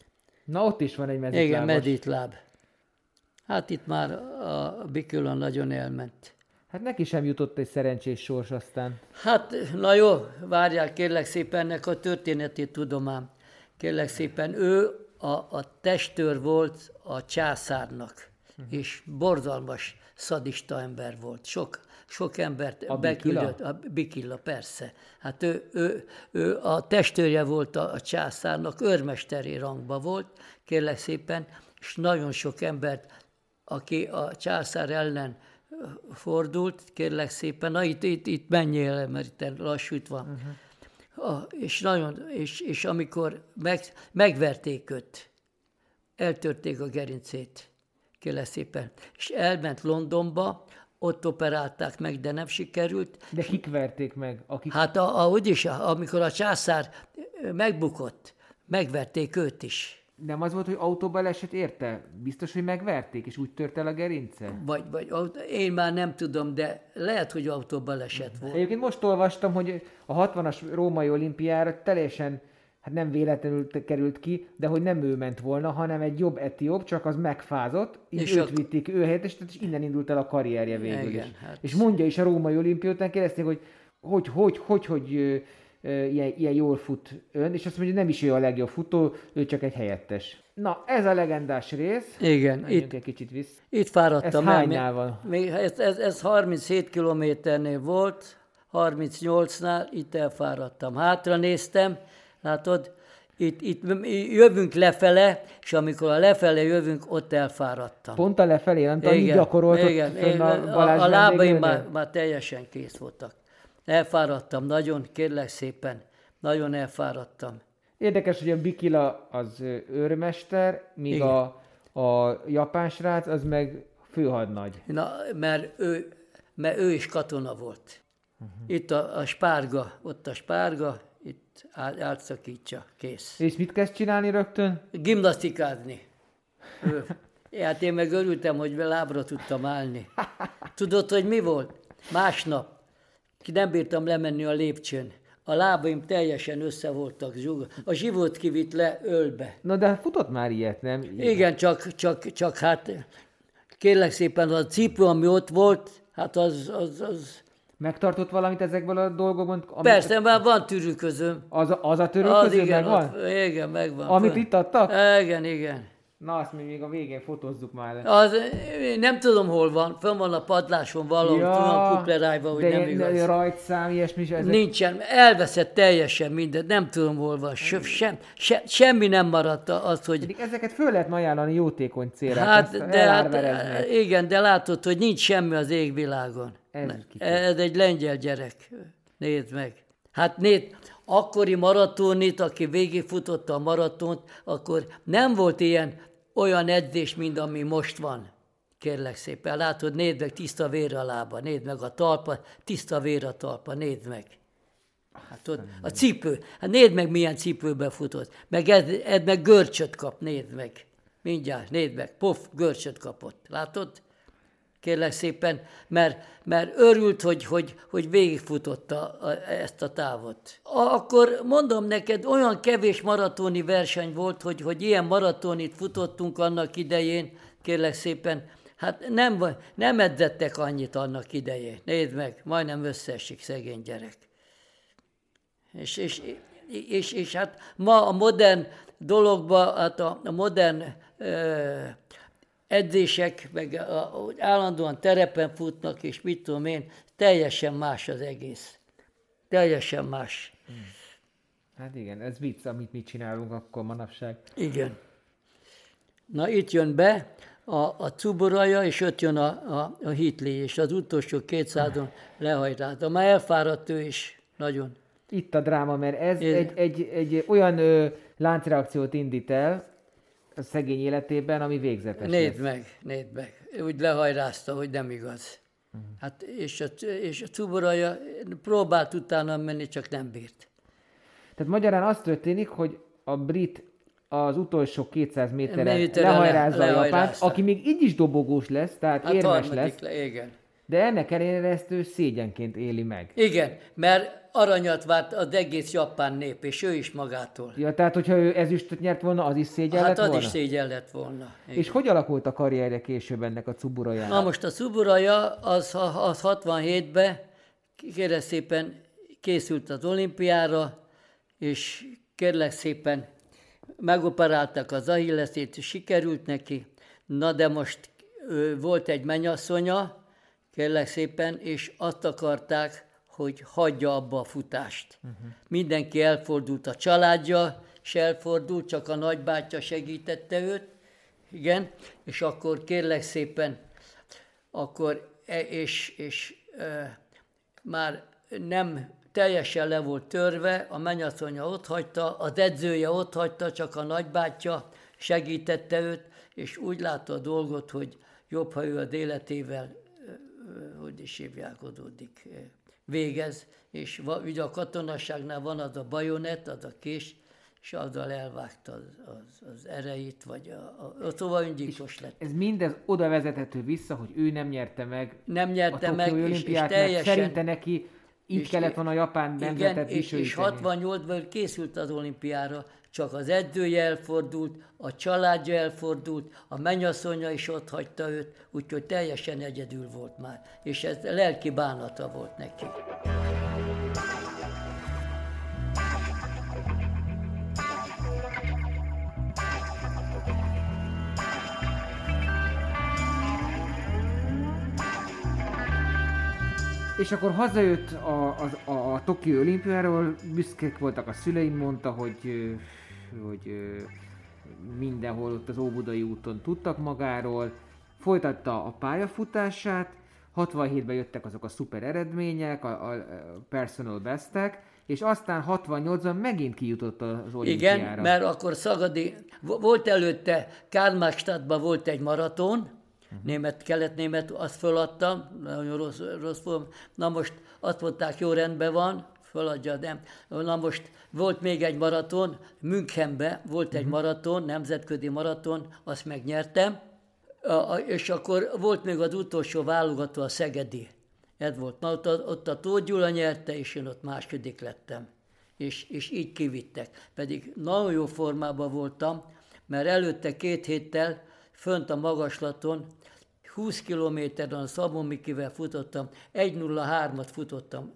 Na ott is van egy mezitlábos. Igen, mezitláb. Hát itt már a Bikila nagyon elment. Hát neki sem jutott egy szerencsés sors aztán. Hát, na jó, várják, kérlek szépen, ennek a történetét tudom ám. Kérlek szépen, ő a, a testőr volt a császárnak, uh-huh. És borzalmas szadista ember volt. Sok, sok embert a beküldött. Bikila? A Bikila, persze. Hát ő, ő, ő a testőrje volt a, a császárnak, őrmesteri rangban volt, kérlek szépen, és nagyon sok embert, aki a császár ellen fordult, kérlek szépen, na itt, itt, itt menjél, mert itt lassú itt van. Uh-huh. A, és, nagyon, és, és amikor meg, megverték őt, eltörték a gerincét, kérlek szépen, és elment Londonba, ott operálták meg, de nem sikerült. De kik verték meg? Akik... Hát ahogy is, amikor a császár megbukott, megverték őt is. Nem az volt, hogy autóbaleset érte? Biztos, hogy megverték, és úgy tört el a gerince? Vagy, vagy én már nem tudom, de lehet, hogy autóbaleset volt. Egyébként most olvastam, hogy a hatvanas római olimpiára teljesen, hát nem véletlenül került ki, de hogy nem ő ment volna, hanem egy jobb etióp, csak az megfázott, így és őt a... vitték ő helyett, és innen indult el a karrierje végül igen, is. Hát... És mondja is a római olimpia után, kérdezték, hogy hogy, hogy, hogy, hogy, hogy Ilyen, ilyen jól fut ön, és azt mondja, hogy nem is ő a legjobb futó, ő csak egy helyettes. Na, ez a legendás rész. Igen. Itt, egy kicsit vissza. Itt fáradtam. Ez hánynál van? Még, ez, ez, ez harminchét kilométernél volt, harmincnyolcnál, itt elfáradtam. Hátra néztem, látod, Itt, itt jövünk lefele, és amikor a lefele jövünk, ott elfáradtam. Pont a lefelé, nem tudom, így gyakoroltott igen, fönn a Balázs A, a lábaim már, már teljesen kész voltak. Elfáradtam nagyon, kérlek szépen, nagyon elfáradtam. Érdekes, hogy a Bikila az őrmester, míg a, a japán srác az meg főhadnagy. Na, mert ő, mert ő is katona volt. Uh-huh. Itt a, a spárga, ott a spárga, itt átszakítsa, kész. És mit kezd csinálni rögtön? Gimnasztikázni. Hát én meg örültem, hogy lábra tudtam állni. Tudod, hogy mi volt? Másnap nem bírtam lemenni a lépcsőn. A lábaim teljesen össze voltak zsugva. A zsivót kivitt le ölbe. Na de futott már ilyet, nem? Igen, csak, csak, csak hát kérlek szépen a cipő, ami ott volt, hát az... az, az megtartott valamit ezekből a dolgokban? Amit... Persze, már van tűrőközöm. Az a, az a tűrőközöm megvan? Ott, igen, megvan. Amit itt adtak? Igen, igen. Na, azt még a végén fotózzuk már. Az, nem tudom, hol van. Fönn van a padláson valahol, ja, tudom kuplerájba, hogy nem igaz. De rajtszám, ilyesmi ezek... Nincsen, elveszett teljesen mindent, nem tudom, hol van. Se, sem, se, semmi nem maradt az, hogy... Pedig ezeket föl lehetne ajánlani jótékony célra. Hát, de hát, igen, de látod, hogy nincs semmi az égvilágon. Ez, Ez egy lengyel gyerek. Nézd meg. Hát nézd, akkori maratonit, aki végigfutotta a maratont, akkor nem volt ilyen olyan edzés, mint ami most van. Kérlek szépen, látod, nézd meg, tiszta vér a lába, nézd meg a talpa, tiszta vér a talpa, nézd meg. Hát ott, a cipő, hát nézd meg, milyen cipőbe futott. Meg ez, ez meg görcsöt kap, nézd meg. Mindjárt, nézd meg, pof, görcsöt kapott. Látod? Kérlek szépen, mert, mert örült, hogy, hogy, hogy végigfutotta ezt a távot. Akkor mondom neked, olyan kevés maratoni verseny volt, hogy, hogy ilyen maratonit futottunk annak idején, kérlek szépen, hát nem, nem edzettek annyit annak idején. Nézd meg, majdnem összeesik szegény gyerek. És, és, és, és hát ma a modern dologban, hát a, a modern... Ö, edzések, meg a, a, állandóan terepen futnak, és mit tudom én, teljesen más az egész. Teljesen más. Hmm. Hát igen, ez vicc, amit mi csinálunk akkor manapság. Igen. Na itt jön be a, a Cuboraja, és ott jön a, a, a Hitli, és az utolsó kétszázon lehajrálta. Már elfáradt ő is, nagyon. Itt a dráma, mert ez egy, egy, egy olyan ö, láncreakciót indít el, a szegény életében, ami végzetes. Nézd meg, nézd meg. Úgy lehajrázta, hogy nem igaz. Uh-huh. Hát és a, és a Cuboraja próbált utána menni, csak nem bírt. Tehát magyarán az történik, hogy a brit az utolsó kétszáz méteren lehajrázza a japánt, aki még így is dobogós lesz, tehát hát érmes lesz. Le, igen. De ennek ellenére ezt ő szégyenként éli meg. Igen, mert aranyat várt az egész japán nép, és ő is magától. Ja, tehát hogyha ő ezüstöt nyert volna, az is szégyen hát lett volna? Hát az is szégyen lett volna. Igen. És hogy alakult a karrierje később ennek a Cuburajának? Na most a Cuburaja az, az hatvanhétben kérlek szépen készült az olimpiára, és kérlek szépen megoperáltak az ahilleszét, és sikerült neki. Na de most ő, volt egy mennyasszonya, kérlek szépen, és azt akarták, hogy hagyja abba a futást. Uh-huh. Mindenki elfordult, a családja és elfordult, csak a nagybátyja segítette őt, igen, és akkor kérlek szépen, akkor, és, és e, már nem teljesen le volt törve, a mennyasszonya ott hagyta, az edzője ott hagyta, csak a nagybátyja segítette őt, és úgy látta a dolgot, hogy jobb, ha ő az életével, hogy is hívják, adódik, végez, és ugye a katonasságnál van az a bajonett, az a kés, és azzal elvágta az, az, az erejét, vagy a, a, szóval öngyilkos lett. Ez mindez oda vezethető vissza, hogy ő nem nyerte meg nem nyerte a meg, és, és teljesen... Szerinte neki így és kellett volna a japán nemzetet igen, és, és hatvannyolcban készült az olimpiára, csak az edzője elfordult, a családja elfordult, a mennyasszonya is ott hagyta őt, úgyhogy teljesen egyedül volt már, és ez lelki bánata volt neki. És akkor hazajött a, a, a, a Tokió olimpiáról, büszkék voltak a szüleim, mondta, hogy hogy mindenhol ott az Óbudai úton tudtak magáról, folytatta a pályafutását, hatvanhétben jöttek azok a szuper eredmények, a, a personal bestek, és aztán hatvannyolcban megint kijutott az olimpiára. Igen, mert akkor Szagadi, volt előtte Karl-Marx-Stadtban volt egy maraton, uh-huh. német, kelet-német, azt föladtam, nagyon rossz, rossz form. Na most azt mondták, jó, rendben van, föladja, nem. Na most volt még egy maraton, Münchenben volt uh-huh. egy maraton, nemzetközi maraton, azt megnyertem, a, és akkor volt még az utolsó válogató, a szegedi. Ez volt. Na, ott, a, ott a Tóth Gyula nyerte, és én ott második lettem. És, és így kivittek. Pedig nagyon jó formában voltam, mert előtte két héttel fönt a magaslaton húsz kilométeren a Szabó Mikivel futottam, egy nulla hármat futottam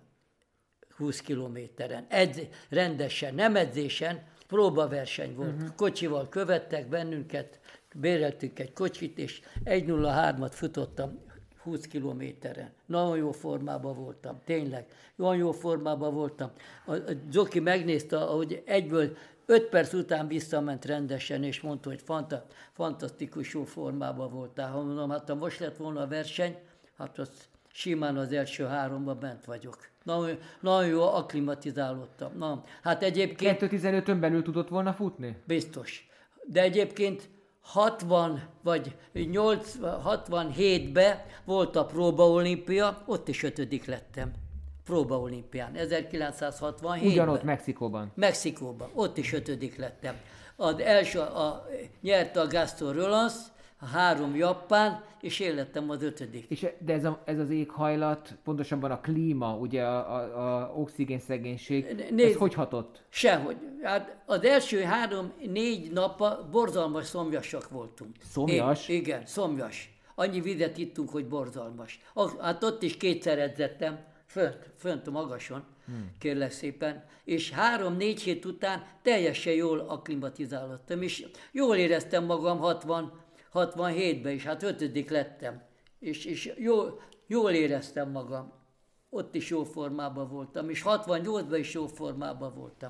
húsz kilométeren. Edz, rendesen, nem edzésen, próbaverseny volt. Uh-huh. Kocsival követtek bennünket, béreltünk egy kocsit, és egy nulla hármat futottam húsz kilométeren. Nagyon jó formában voltam, tényleg. Nagyon jó formában voltam. A, a Zoki megnézte, ahogy egyből öt perc után visszament rendesen, és mondta, hogy fanta, fantasztikus jó formában voltál. Ha mondom, hát ha most lett volna a verseny, hát az simán az első háromban bent vagyok. Nagyon, nagyon jó, akklimatizálódtam. Na, hát egyébként... kettő tizenötön belül tudott volna futni? Biztos. De egyébként hatvan vagy nyolc, hatvanhétben volt a próbaolimpia, ott is ötödik lettem. Próbaolimpián, ezerkilencszázhatvanhétben. Ugyanott Mexikóban. Mexikóban, ott is ötödik lettem. Az első, a, nyerte a Gaston Rollins, a három japán, és én lettem az ötödik. És de ez, a, ez az éghajlat, pontosabban a klíma, ugye a, a, a oxigénszegénység, Nézd, ez hogy hatott? Sehogy. Hát az első három-négy napban borzalmas szomjasak voltunk. Szomjas? Én, igen, szomjas. Annyi vizet ittunk, hogy borzalmas. Hát ott is kétszer edzettem, fönt, fönt a magason, hmm. kérlek szépen, és három-négy hét után teljesen jól akklimatizálódtam, és jól éreztem magam hatvan, hatvanhétben is, hát ötödik lettem, és, és jól, jól éreztem magam. Ott is jó formában voltam, és hatvannyolcban is jó formában voltam.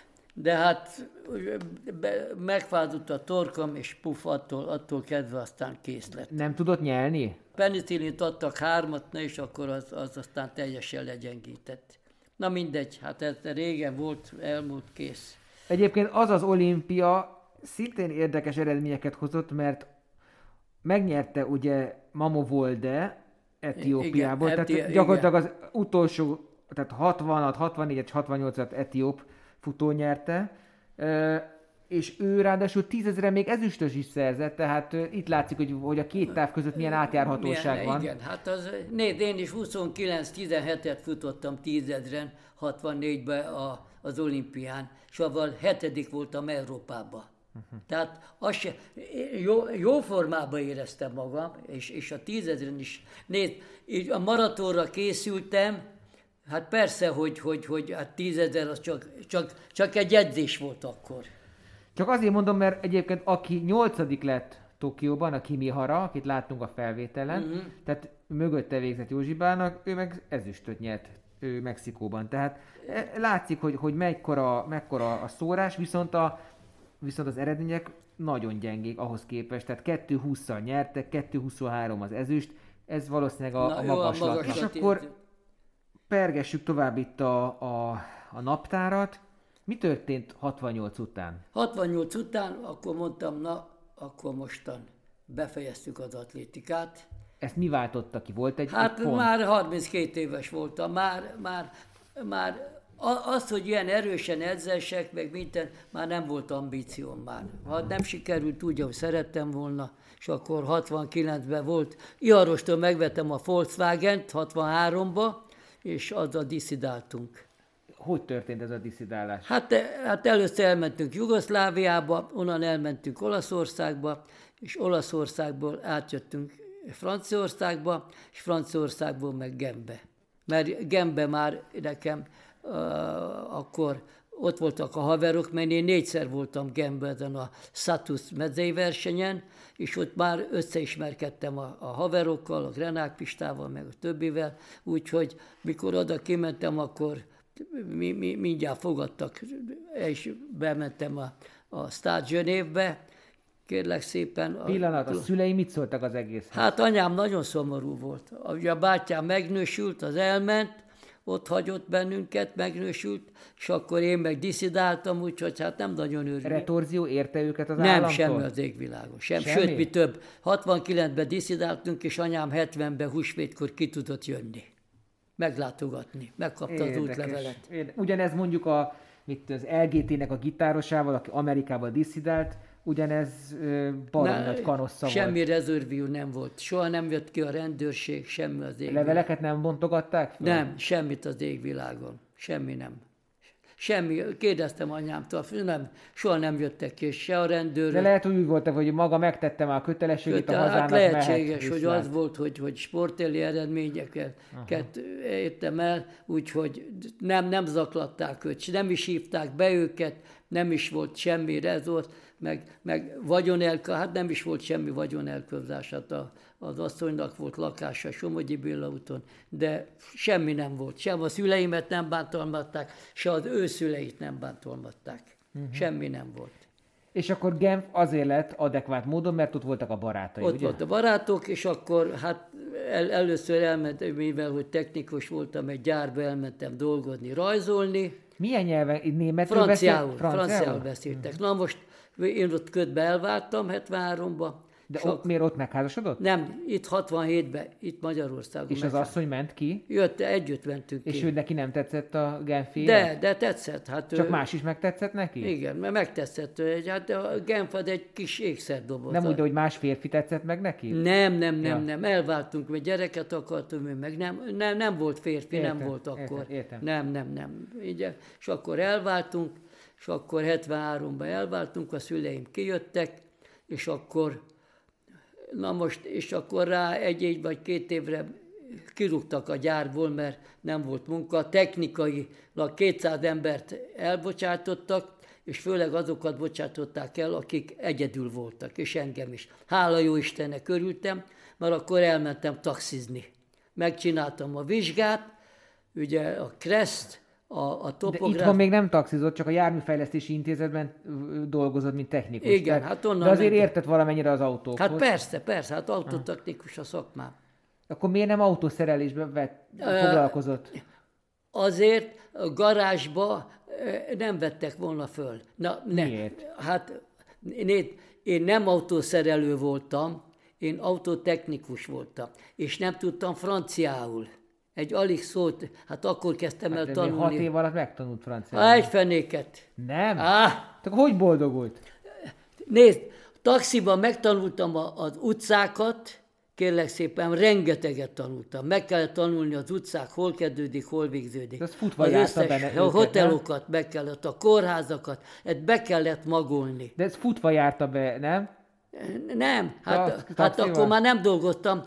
De hát be, megfázott a torkam, és puf, attól, attól kezdve aztán kész lett. Nem tudott nyelni? Penicillint adtak hármat, na és akkor az, az aztán teljesen legyengített. Na mindegy, hát ez régen volt, elmúlt, kész. Egyébként az az olimpia szintén érdekes eredményeket hozott, mert megnyerte ugye Mamo Wolde Etiópiából, igen, tehát Eti- gyakorlatilag igen. Az utolsó, tehát hatvanat, hatvannégyet, hatvannyolcat etióp futó nyerte, és ő ráadásul tízezren még ezüstös is szerzett, tehát itt látszik, hogy, hogy a két táv között milyen átjárhatóság milyen, van. Igen, hát az, nézd, én is huszonkilenc tizenhetet futottam tízezren, hatvannégyben a, az olimpián, és avval hetedik voltam Európában. Uh-huh. Tehát az se, jó, jó formában éreztem magam, és, és a tízezren is. Nézd, a maratonra készültem, hát persze, hogy, hogy, hogy hát tízezer az csak, csak, csak egy edzés volt akkor. Csak azért mondom, mert egyébként aki nyolcadik lett Tokióban, a Kimihara, akit láttunk a felvételen, uh-huh. tehát mögötte végzett Józsibának, ő meg ezüstöt nyert ő Mexikóban. Tehát látszik, hogy, hogy mekkora, mekkora a szórás, viszont, a, viszont az eredmények nagyon gyengék ahhoz képest. Tehát kettő hússzal nyertek, kettő huszonhárom az ezüst, ez valószínűleg a, Na, a magaslat. Jó, a magaslat. És akkor pergessük tovább itt a, a, a naptárat. Mi történt hatvannyolc után? hatvannyolc után, akkor mondtam, na, akkor mostan befejeztük az atlétikát. Ezt mi váltotta ki? Volt egy, hát egy pont? Már harminckét éves voltam, már, már, már az, hogy ilyen erősen edzessek, meg minden, már nem volt ambícióm már. Ha nem sikerült úgy, ahogy szerettem volna, és akkor hatvankilencben volt. Iharostól megvettem a Volkswagent hatvanháromba, és azzal diszidáltunk. Hogy történt ez a diszidálás? Hát, hát először elmentünk Jugoszláviába, onnan elmentünk Olaszországba, és Olaszországból átjöttünk Franciaországba, és Franciaországból meg Genbe. Mert Genbe már nekem uh, akkor ott voltak a haverok, mert én négyszer voltam Genbe ezen a Satus medzei versenyen, és ott már összeismerkedtem a, a haverokkal, a Grenák Pistával, meg a többivel, úgyhogy mikor oda kimentem, akkor mi, mi, mindjárt fogadtak, és bementem a, a Stade Genève-be, kérlek szépen. Pillanat, a szülei mit szóltak az egész? Hát anyám nagyon szomorú volt. Ugye a bátyám megnősült, az elment, ott hagyott bennünket, megnősült, és akkor én meg diszidáltam, úgyhogy hát nem nagyon örülök. Retorzió érte őket az nem, államtól? Nem, semmi az égvilágon. Sem. Semmi? Sőt, mi több. hatvankilencben diszidáltunk, és anyám hetvenben húsvétkor ki tudott jönni. Meglátogatni. Megkapta Érdekes. az útlevelet. Érdekes. Ugyanez mondjuk a, mit, az el gé té-nek a gitárosával, aki Amerikában diszidált, ugyanez baromi nagy kanossza semmi volt. Semmi rezerviú nem volt. Soha nem jött ki a rendőrség, semmi az égvilágon. Leveleket nem bontogatták fel? Nem, semmit az égvilágon. Semmi nem. Semmi. Kérdeztem anyámtól, nem, soha nem jöttek ki, se a rendőr. De lehet, hogy úgy volt, hogy maga megtette már a kötelességét, Köte, a hazának hát lehetséges, mehet, hogy az volt, hogy, hogy sportéli eredményeket értem el, úgyhogy nem, nem zaklatták őt, nem is hívták be őket, nem is volt semmi rezort, meg, meg vagyonelkö, hát nem is volt semmi vagyonelkövzás, hát a, az asszonynak volt lakása Somogyi Béla úton, de semmi nem volt, sem a szüleimet nem bántalmatták, se az ő szüleit nem bántalmatták, uh-huh. semmi nem volt. És akkor Genf azért lett adekvát módon, mert ott voltak a barátai, Ott ugye? volt a barátok, és akkor hát el, először elmentem, mivel hogy technikus voltam, egy gyárba elmentem dolgozni, rajzolni. Milyen nyelven? Németül Franciául, beszél? franciául, franciául beszéltek. Uh-huh. Na most én ott ködbe elváltam, hetvenháromban. De ott, miért ott megházasodott? Nem, itt hatvanhétben, itt Magyarországon. És az asszony ment ki? Jött, együtt mentünk ki. És ő neki nem tetszett a Genfi? De, de tetszett. Hát Csak ő, más is megtetszett neki? Igen, mert megtetszett. Hát a Genf az egy kis ékszerdoboz. Nem úgy, hogy más férfi tetszett meg neki? Nem, nem, nem, ja. nem. Elváltunk, mert gyereket akartunk, meg nem, nem, nem volt férfi, értem, nem volt akkor. Értem, értem. Nem, nem, nem. Így, és akkor elváltunk, és akkor hetvenháromban elváltunk, a szüleim kijöttek, és akkor Na most, és akkor rá egy év vagy két évre kirúgtak a gyárból, mert nem volt munka. Technikailag kétszáz embert elbocsátottak, és főleg azokat bocsátották el, akik egyedül voltak, és engem is. Hála jó Istennek örültem, mert akkor elmentem taxizni. Megcsináltam a vizsgát, ugye a Kreszt, a, a topográf... De itthon még nem taxizott, csak a Járműfejlesztési Intézetben dolgozott, mint technikus. Igen, Tehát, hát onnan de azért mentem. értett valamennyire az autókhoz. Hát persze, persze, hát autótechnikus a szakmám. Akkor miért nem autószerelésben vett, foglalkozott? Azért a garázsba nem vettek volna föl. Na, ne. Miért? Hát én, én nem autószerelő voltam, én autótechnikus voltam, és nem tudtam franciául. Egy alig szót, hát akkor kezdtem hát el tanulni. Hat év alatt megtanult franciául. Há, egy fenéket. Nem? Ah. Tehát hogy boldogult? Nézd, taxiban megtanultam az utcákat, kérlek szépen, rengeteget tanultam. Meg kellett tanulni az utcák, hol kezdődik, hol végződik. Ez futva az járta összes benne a őket, hotelokat nem? Meg kellett, a kórházakat, ezt be kellett magolni. De ez futva járta be, nem? Nem, hát, Ta, hát akkor már nem dolgoztam,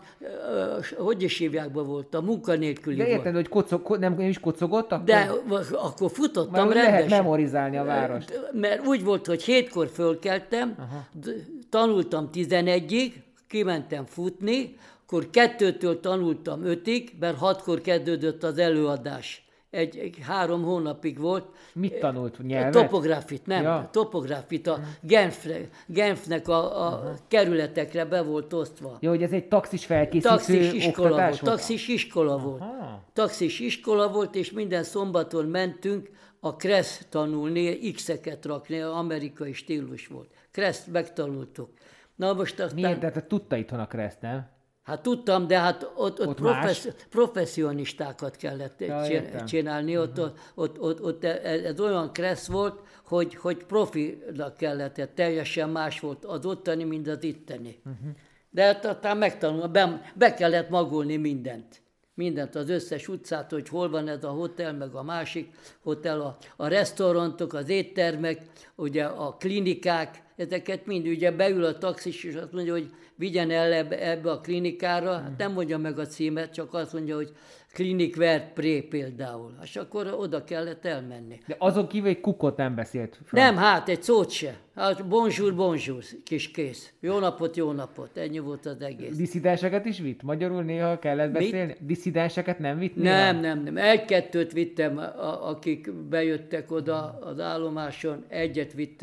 hogy is hívjákba voltam, munkanélküli De érted, volt. hogy kocog, nem is kocogott? Akkor... De akkor futottam Már rendesen. lehet memorizálni a várost. Mert úgy volt, hogy hétkor fölkeltem, Aha. tanultam tizenegyig, kimentem futni, akkor kettőtől tanultam ötig, mert hatkor kezdődött az előadás. Egy, egy három hónapig volt. Mit tanult? Nyelvet? Topográfit, nem. Ja. Topográfit. A Genfre, Genfnek a, a kerületekre be volt osztva. Jó, hogy ez egy taxis felkészítő taxis iskola oktatás volt. volt? Taxis iskola Aha. volt. Taxis iskola volt, és minden szombaton mentünk a Kressz tanulni, X-eket rakni, amerikai stílus volt. Kreszt megtanultuk. Na most aztán... Miért? Tehát tudta itthon a Kreszt, nem? Hát tudtam, de hát ott, ott, ott professz, professzionistákat kellett ja, csinálni. Mm-hmm. Ott, ott, ott, ott ez olyan Kressz volt, hogy, hogy profinak kellett, teljesen más volt az ottani, mint az itteni. Mm-hmm. De hát aztán megtanulom, be, be kellett magolni mindent. Mindent, az összes utcát, hogy hol van ez a hotel, meg a másik hotel, a, a restaurantok, az éttermek, ugye a klinikák, ezeket mind, ugye beül a taxis, és azt mondja, hogy vigyen el ebbe, ebbe a klinikára, hát nem mondja meg a címet, csak azt mondja, hogy Klinik Vert Pré például. És akkor oda kellett elmenni. De azon kívül egy kukot nem beszélt franc. Nem, hát egy szót se. Hát bonjour, bonjour, kis kész. Jó napot, jó napot. Ennyi volt az egész. Disszidenseket is vitt? Magyarul néha kellett beszélni? Mit? Disszidenseket nem vitt néha? Nem, nem, nem. Egy-kettőt vittem, a, akik bejöttek oda az állomáson, egyet vittem.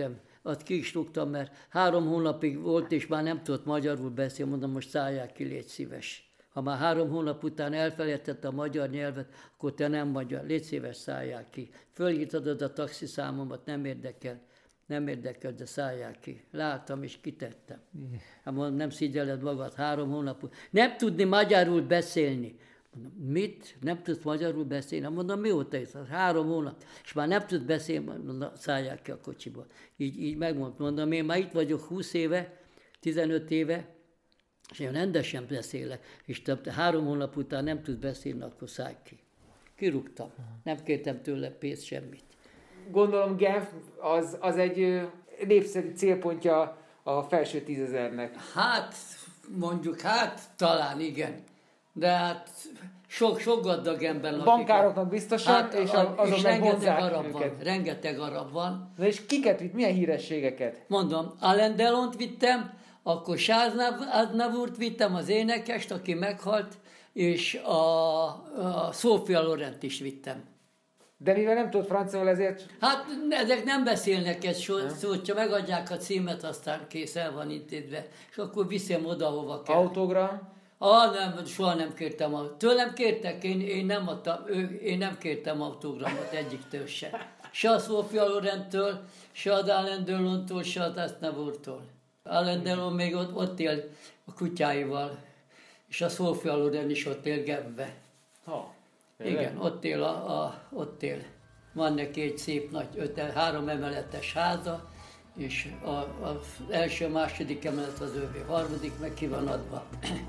azt ki is rúgtam, mert három hónapig volt, és már nem tudott magyarul beszélni, mondom, most szállják ki, légy szíves. Ha már három hónap után elfelejtette a magyar nyelvet, akkor te nem magyar, légy szíves, szállják ki. Fölírtad a taxi számomat, nem érdekel, nem érdekel, de szállják ki. Láttam és kitettem. Hát mondom, nem szígyeled magad, három hónap után. Nem tudni magyarul beszélni. Mondom, mit? Nem tudsz magyarul beszélni? Mondom, mióta is? Három hónap. És már nem tudsz beszélni, mondom, szállják ki a kocsiból. Így, így megmondtam. Mondom, én már itt vagyok húsz éve, tizenöt éve, és én rendesen beszélek, és te három hónap után nem tudsz beszélni, akkor szállj ki. Kirúgtam. Nem kértem tőle pénzt, semmit. Gondolom Genf az, az egy népszerű célpontja a felső tízezernek. Hát, mondjuk, hát talán igen. De hát sok, sok gazdag ember lakik. Bankároknak biztosan, hát, és azon meg vonzák arab őket. Van, rengeteg arab van. Na és kiket vitt, milyen hírességeket? Mondom, Alain Delont vittem, akkor Charles Aznavourt vittem, az énekest, aki meghalt, és a, a Sophia Lorent is vittem. De mivel nem tudod franciául, ezért... Hát ezek nem beszélnek egy szót, csak megadják a címet, aztán kész, el van intézve, és akkor viszem oda, hova kell. Autogram? Ah, nem, soha nem kértem. Tőlem kértek, én, én, nem, adtam, ő, én nem kértem autogramot egyiktől se. Se a Sophia Lorenttől, se a Alain Delontól, se a Aznavourtól. Alain Delon még ott, ott él a kutyáival, és a Sophia Loren is ott él Genfbe. Ha, igen, ott él, a, a, ott él. Van neki egy szép nagy, öt, három emeletes háza, és a, a, az első, második emelet az övé, harmadik meg ki van adva.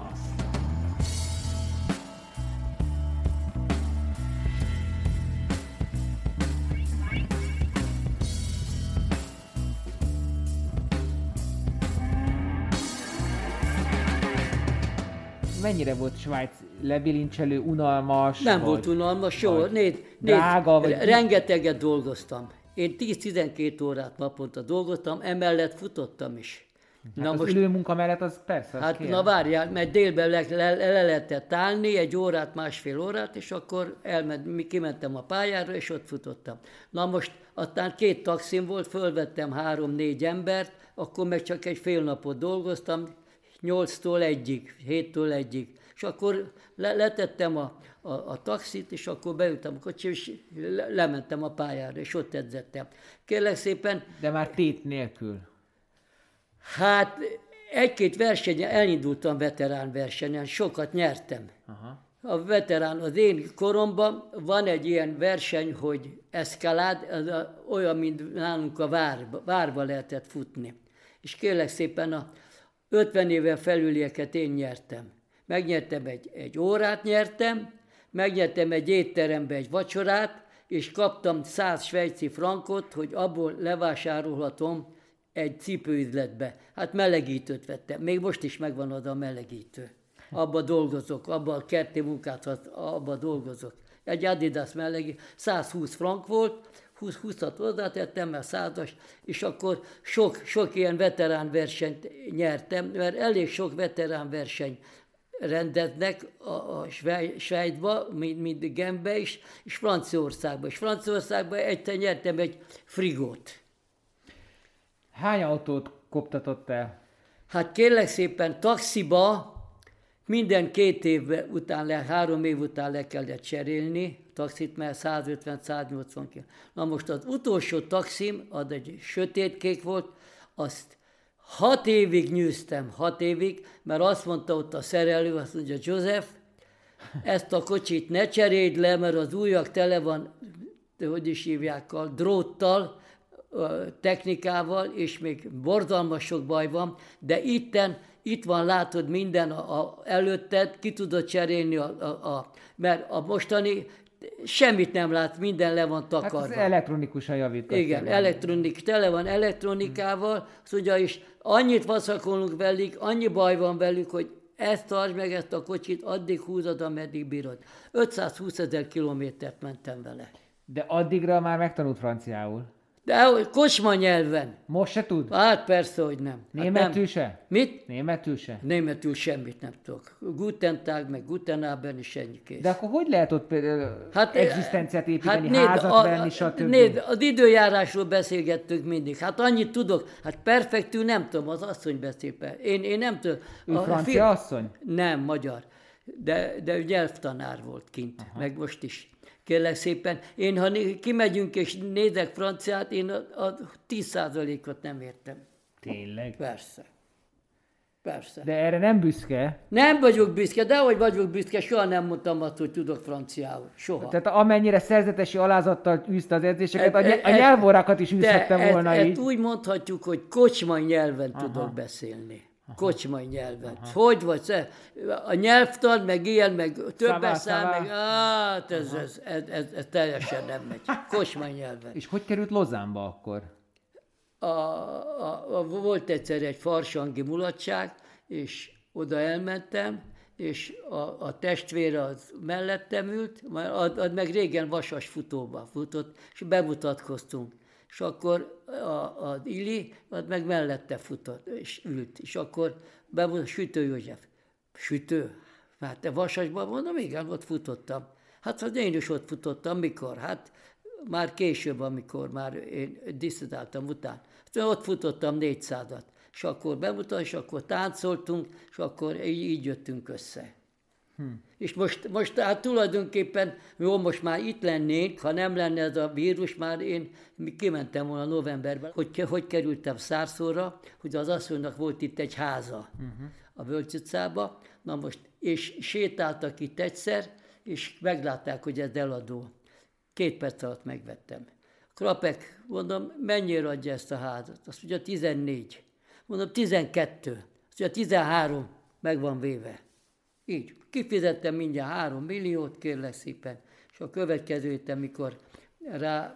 Mennyire volt Svájc lebilincselő, unalmas? Nem vagy, volt unalmas, jó, nézd, nézd, drága, vagy... rengeteget dolgoztam. Én tíz-tizenkét órát naponta dolgoztam, emellett futottam is. Hát na az most, ülőmunka mellett az persze, az Hát kér. na várjál, mert délben le, le, le lehetett állni, egy órát, másfél órát, és akkor elment, kimentem a pályára, és ott futottam. Na most aztán két taxim volt, fölvettem három-négy embert, akkor meg csak egy fél napot dolgoztam, nyolctól egyig, héttől egyig. És akkor le, letettem a, a, a taxit, és akkor beültem a kocsi, és le, lementem a pályára, és ott edzettem. Kérlek szépen... De már tét nélkül. Hát egy-két versenyen elindultam veterán versenyen, sokat nyertem. Aha. A veterán, az én koromban van egy ilyen verseny, hogy eszkalád, az a, olyan, mint nálunk a várba, várba lehetett futni. És kérlek szépen a ötven éven felülieket én nyertem. Megnyertem egy, egy órát, nyertem, megnyertem egy étterembe egy vacsorát, és kaptam száz svájci frankot, hogy abból levásárolhatom egy cipőüzletbe. Hát melegítőt vettem. Még most is megvan oda a melegítő. Abba dolgozok, abba a kerti munkát, abba dolgozok. Egy Adidas melegítő, száz húsz frank volt, húszat hozzátettem, mert százas, és akkor sok, sok ilyen veterán versenyt nyertem, mert elég sok veterán verseny rendeznek a, a Svájcba, mint, mint Genfbe is, és Franciaországban. És Franciaországban egyszer nyertem egy frigót. Hány autót koptatott el? Hát kérlek szépen, taxiba minden két év után, le, három év után le kellett cserélni taxit, mert százötven-száznyolcvan kiló. Na most az utolsó taxim, az egy sötétkék volt, azt hat évig nyűztem, hat évig, mert azt mondta ott a szerelő, azt mondja, Joseph, ezt a kocsit ne cseréld le, mert az újak tele van, hogy is hívják, dróttal, technikával, és még borzalmas sok baj van, de itten, itt van, látod minden a, a, előtted, ki tudod cserélni, a, a, a, mert a mostani semmit nem lát, minden le van takarva. Hát az elektronikusan javítgatja. Igen, elektronik, tele van elektronikával, azt mondja, és annyit vaszakolunk velük, annyi baj van velük, hogy ezt tartsd meg, ezt a kocsit, addig húzod, ameddig bírod. ötszázhúsz ezer kilométert mentem vele. De addigra már megtanult franciául. De kocsma nyelven. Most se tud? Hát persze, hogy nem. Németül hát nem. se? Mit? Németül se? Németül semmit nem tudok. Guten Tag, meg Guten Abend is ennyi kész. De akkor hogy lehet ott például hát, egzisztenciát építeni, hát házat a, venni, stb.? Nézd, az időjárásról beszélgettünk mindig. Hát annyit tudok, hát perfektül nem tudom, az asszony beszél. Én, én nem tudom. Ő a francia film... asszony? Nem, magyar. De, de ő nyelvtanár volt kint, aha, meg most is. Kérlek szépen, én ha kimegyünk és nézek franciát, én a, a tíz százalékot nem értem. Tényleg? Persze. Persze. De erre nem büszke? Nem vagyok büszke, de hogy vagyok büszke, soha nem mondtam azt, hogy tudok franciául. Soha. Tehát amennyire szerzetesi alázattal űzte az edzéseket, e, e, a nyelvórákat is űzhette volna e, így. E, úgy mondhatjuk, hogy kocsmai nyelven aha, tudok beszélni. Kocsmai nyelven. Aha. Hogy vagy? A nyelvtan, meg ilyen, meg többes szám, meg... Hát ez, ez, ez, ez, ez teljesen nem megy. Kocsmai nyelven. És hogy került Lozánba akkor? A, a, a, volt egyszer egy farsangi mulatság, és oda elmentem, és a, a testvére az mellettem ült, az, az meg régen vasas futóba futott, és bemutatkoztunk. És akkor a, az Ili, az meg mellette futott, és ült. És akkor bemutat, Sütő József. Sütő? Hát te vasasban mondom, igen, ott futottam. Hát az én is ott futottam, mikor? Hát már később, amikor már én diszidáltam után. Ott futottam négyszázat. És akkor bemutat, és akkor táncoltunk, és akkor így, így jöttünk össze. Hm. És most, most hát tulajdonképpen, jó, most már itt lennénk, ha nem lenne ez a vírus, már én kimentem volna novemberben, hogy hogy kerültem Szárszóra, hogy az asszonynak volt itt egy háza uh-huh. a Völgy utcába, na most, és sétáltak itt egyszer, és meglátták, hogy ez eladó. Két perc alatt megvettem. Krapek, mondom, mennyire adja ezt a házat? Azt mondja, tizennégy. Mondom, tizenkettő. Azt mondja, tizenhárom, meg van véve. Így. Kifizettem mindjárt három milliót, kérlek szépen, és a következő héten, mikor rá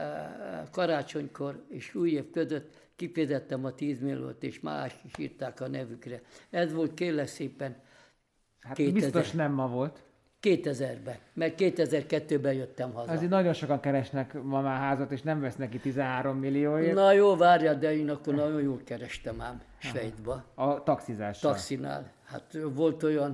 e, karácsonykor és új év között kifizettem a tíz milliót, és más is írták a nevükre. Ez volt, kérlek szépen, hát kétezer. Biztos nem ma volt. kétezerben, mert kétezer-kettőben jöttem haza. Azért nagyon sokan keresnek ma már házat, és nem vesznek ki tizenhárom millióért. Na jó, várjál, de én akkor nagyon jól kerestem ám Svájcba. A taxizással. Taxinál. Hát volt olyan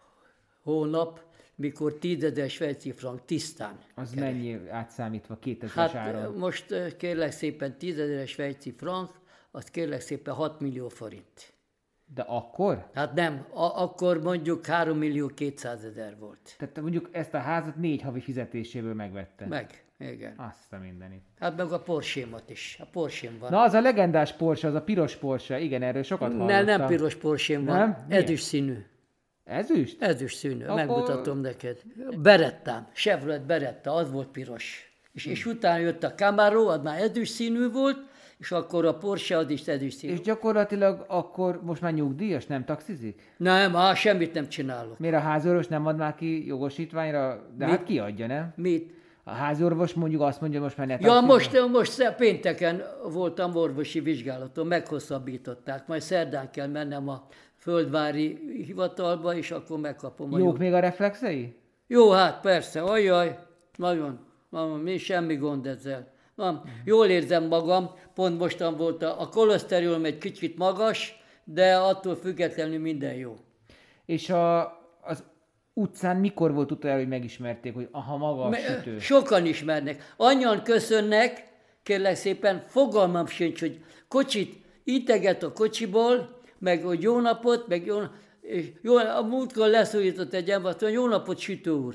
hónap, mikor tízezer svájci frank tisztán. Az keres. Mennyi átszámítva kétezres hát áron? Most kérlek szépen tízezer svájci frank, az kérlek szépen hat millió forint. De akkor? Hát nem, a- akkor mondjuk három millió kétszázezer volt. Tehát mondjuk ezt a házat négy havi fizetéséből megvette? Meg, igen. Azt a mindenit. Hát meg a Porsche-mat is. A Porsche-m van. Na az a legendás Porsche, az a piros Porsche, igen, erről sokat hallottam. Ne, nem piros Porsche-m van, nem? Ezüst színű. Ezüst? Ezüst színű, akkor... megmutatom neked. Berettám, Chevrolet Beretta, az volt piros. És, hmm. és utána jött a Camaro, az már ezüst színű volt, és akkor a Porsche az is ezüst színű. És gyakorlatilag akkor most már nyugdíjas, nem taxizik? Nem, á, semmit nem csinálok. Miért a házorvos nem ad már ki jogosítványra? De Mit? Hát kiadja, nem? Mit? A házorvos mondjuk azt mondja, most már ne taxizom. Ja, most, most pénteken voltam orvosi vizsgálaton, meghosszabbították, majd szerdán kell mennem a Földvári hivatalba, és akkor megkapom a Jók még a reflexei? Jó, hát persze, ajjaj, nagyon, nagyon, mi semmi gond ezzel. Nem, uh-huh. Jól érzem magam, pont mostan volt a, a koleszteriolom egy kicsit magas, de attól függetlenül minden jó. És a, az utcán mikor volt utoljára, hogy megismerték, hogy aha, maga a sütő? Sokan ismernek. Annyian köszönnek, kérlek szépen, fogalmam sincs, hogy kocsit integet a kocsiból, meg hogy jó napot, meg jó, és jó a múltkor leszólított egy ember, hogy jó napot, Sütő úr.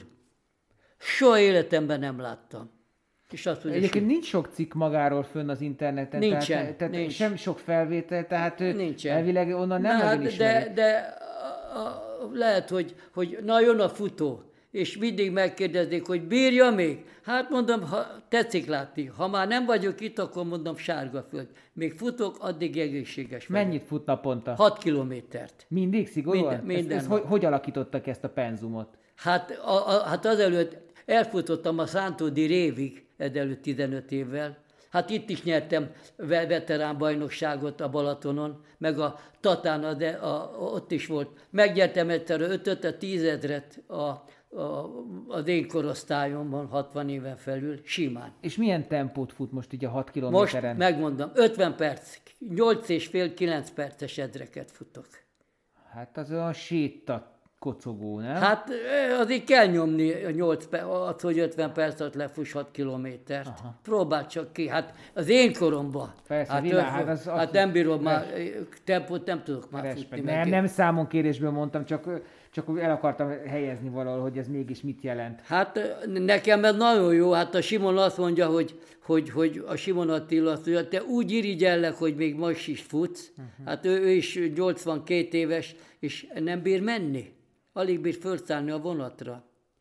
Soha életemben nem láttam. És azt mondja, egyébként nincs sok cikk magáról fönn az interneten. Nincsen, tehát, tehát nincs. Sem sok felvétel, tehát nincsen. Elvileg onnan nem nagyon hát, de, de a, a, lehet, hogy, hogy na jön a futó, és mindig megkérdezik, hogy bírja még? Hát mondom, ha tetszik látni. Ha már nem vagyok itt, akkor mondom Sárgaföld. Még futok, addig egészséges vagyok. Mennyit fut naponta? Hat kilométert. Mindig szigorúan? Minden, minden ez, ez hogy, hogy alakítottak ezt a penzumot? Hát, a, a, hát azelőtt elfutottam a Szántódi Révig, ezelőtt tizenöt évvel. Hát itt is nyertem veterán bajnokságot a Balatonon, meg a Tatán, de a, ott is volt. Megnyertem egyszer a ötöt, a tízezret a a, az én korosztályomban, hatvan éven felül, simán. És milyen tempót fut most így a hat Most kilométeren? megmondom, ötven perc, nyolc és fél kilenc perces edreket futok. Hát az olyan sétta kocogó, nem? Hát azért kell nyomni a nyolc perc, az, hogy ötven perc alatt lefuss hat kilométert. Aha. Próbáld csak ki. Hát az én koromban. Persze, hát, világ, öt, hát, az, hát az, nem bírom már, tempót nem tudok már respekt. futni. Nem, nem számon kérésből mondtam, csak, csak el akartam helyezni valahol, hogy ez mégis mit jelent. Hát nekem ez nagyon jó. Hát a Simon azt mondja, hogy, hogy, hogy a Simon Attila azt mondja, te úgy irigyellek, hogy még most is futsz. Uh-huh. Hát ő, ő is nyolcvankét éves, és nem bír menni. Alig bír fölszállni a vonatra.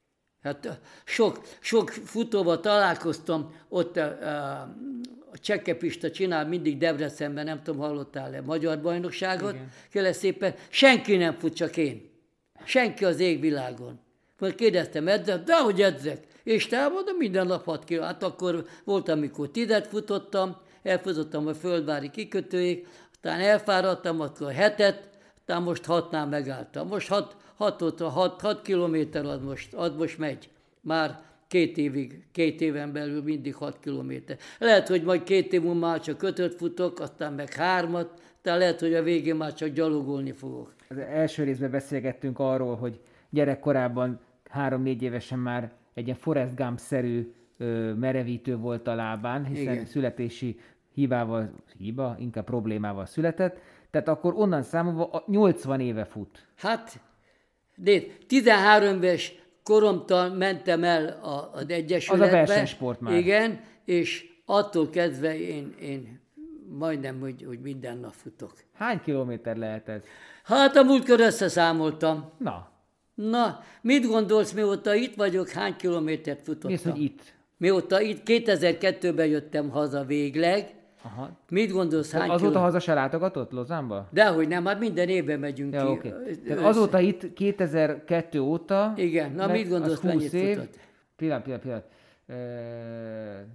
Hát sok, sok futóval találkoztam, ott a, a, a Csekke Pista csinál mindig Debrecenben, nem tudom, hallottál-e, magyar bajnokságot, kérlek szépen, senki nem fut, csak én. Senki az égvilágon. Majd kérdeztem, edzek? De hogy edzek? És te mondom, minden nap hat kiló. Hát akkor volt, amikor tizet futottam, elfutottam a földvári kikötőig, aztán elfáradtam, akkor hetet, aztán most hatnál megálltam. Most hat, hat, hat, hat kilométer az most, az most megy. Már két évig, két éven belül mindig hat kilométer. Lehet, hogy majd két év múlva már csak ötöt futok, aztán meg hármat, tehát lehet, hogy a végén már csak gyalogolni fogok. Az első részben beszélgettünk arról, hogy gyerekkorában három-négy évesen már egy ilyen Forrest Gump-szerű ö, merevítő volt a lábán, hiszen igen. születési hibával, hiba, inkább problémával született, tehát akkor onnan számolva nyolcvan éve fut. Hát, de tizenhárom éves koromtól mentem el az Egyesületbe. Az a versenysport már. Igen, és attól kezdve én, én majdnem, hogy, hogy minden nap futok. Hány kilométer lehet ez? Hát a múltkor összeszámoltam. Na. Na, mit gondolsz, mióta itt vagyok, hány kilométert futottam? Mi az, hogy itt? Mióta itt, kétezer-kettőben jöttem haza végleg. Aha. Mit gondolsz, hány azóta kiló... haza se látogatott Lozánba? Dehogy nem, hát minden évben megyünk ja, ki. Okay. Tehát azóta itt kétezer-kettő óta... Igen, na mit gondolsz, mennyit év, futott? Pillanat, pillanat, pillanat. E,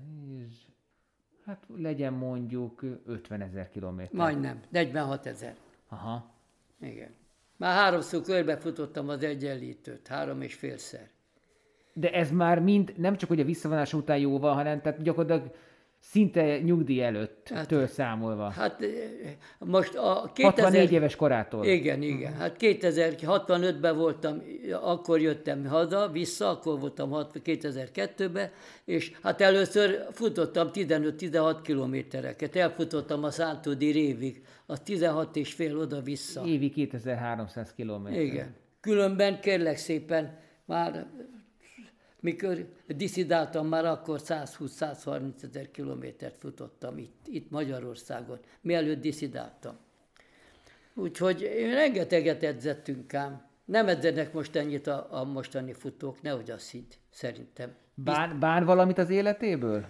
hát legyen mondjuk ötvenezer kilométer. Majdnem, negyvenhat ezer. Aha. Igen. Már háromszor körbe futottam az egyenlítőt, három és félszer. De ez már mind, nem csak hogy a visszavonás után jó van, hanem tehát gyakorlatilag szinte nyugdíj előtt hát, től számolva. Hát most a kétezer... hatvannégy éves korától. Igen, igen. Hát kétezer-hatvanötben voltam, akkor jöttem haza, vissza, akkor voltam kétezer-kettőben, és hát először futottam tizenöt-tizenhat kilométereket. Elfutottam a Szántódi révig, az tizenhat és fél oda-vissza. Évi kétezer-háromszáz kilométer. Igen. Különben kérlek szépen már... Mikor diszidáltam, már akkor százhúsz-százharminc ezer kilométert futottam itt, itt Magyarországon, mielőtt diszidáltam. Úgyhogy rengeteget edzettünk ám. Nem edzenek most ennyit a, a mostani futók, nehogy azt hidd, szerintem. Bán, bán valamit az életéből?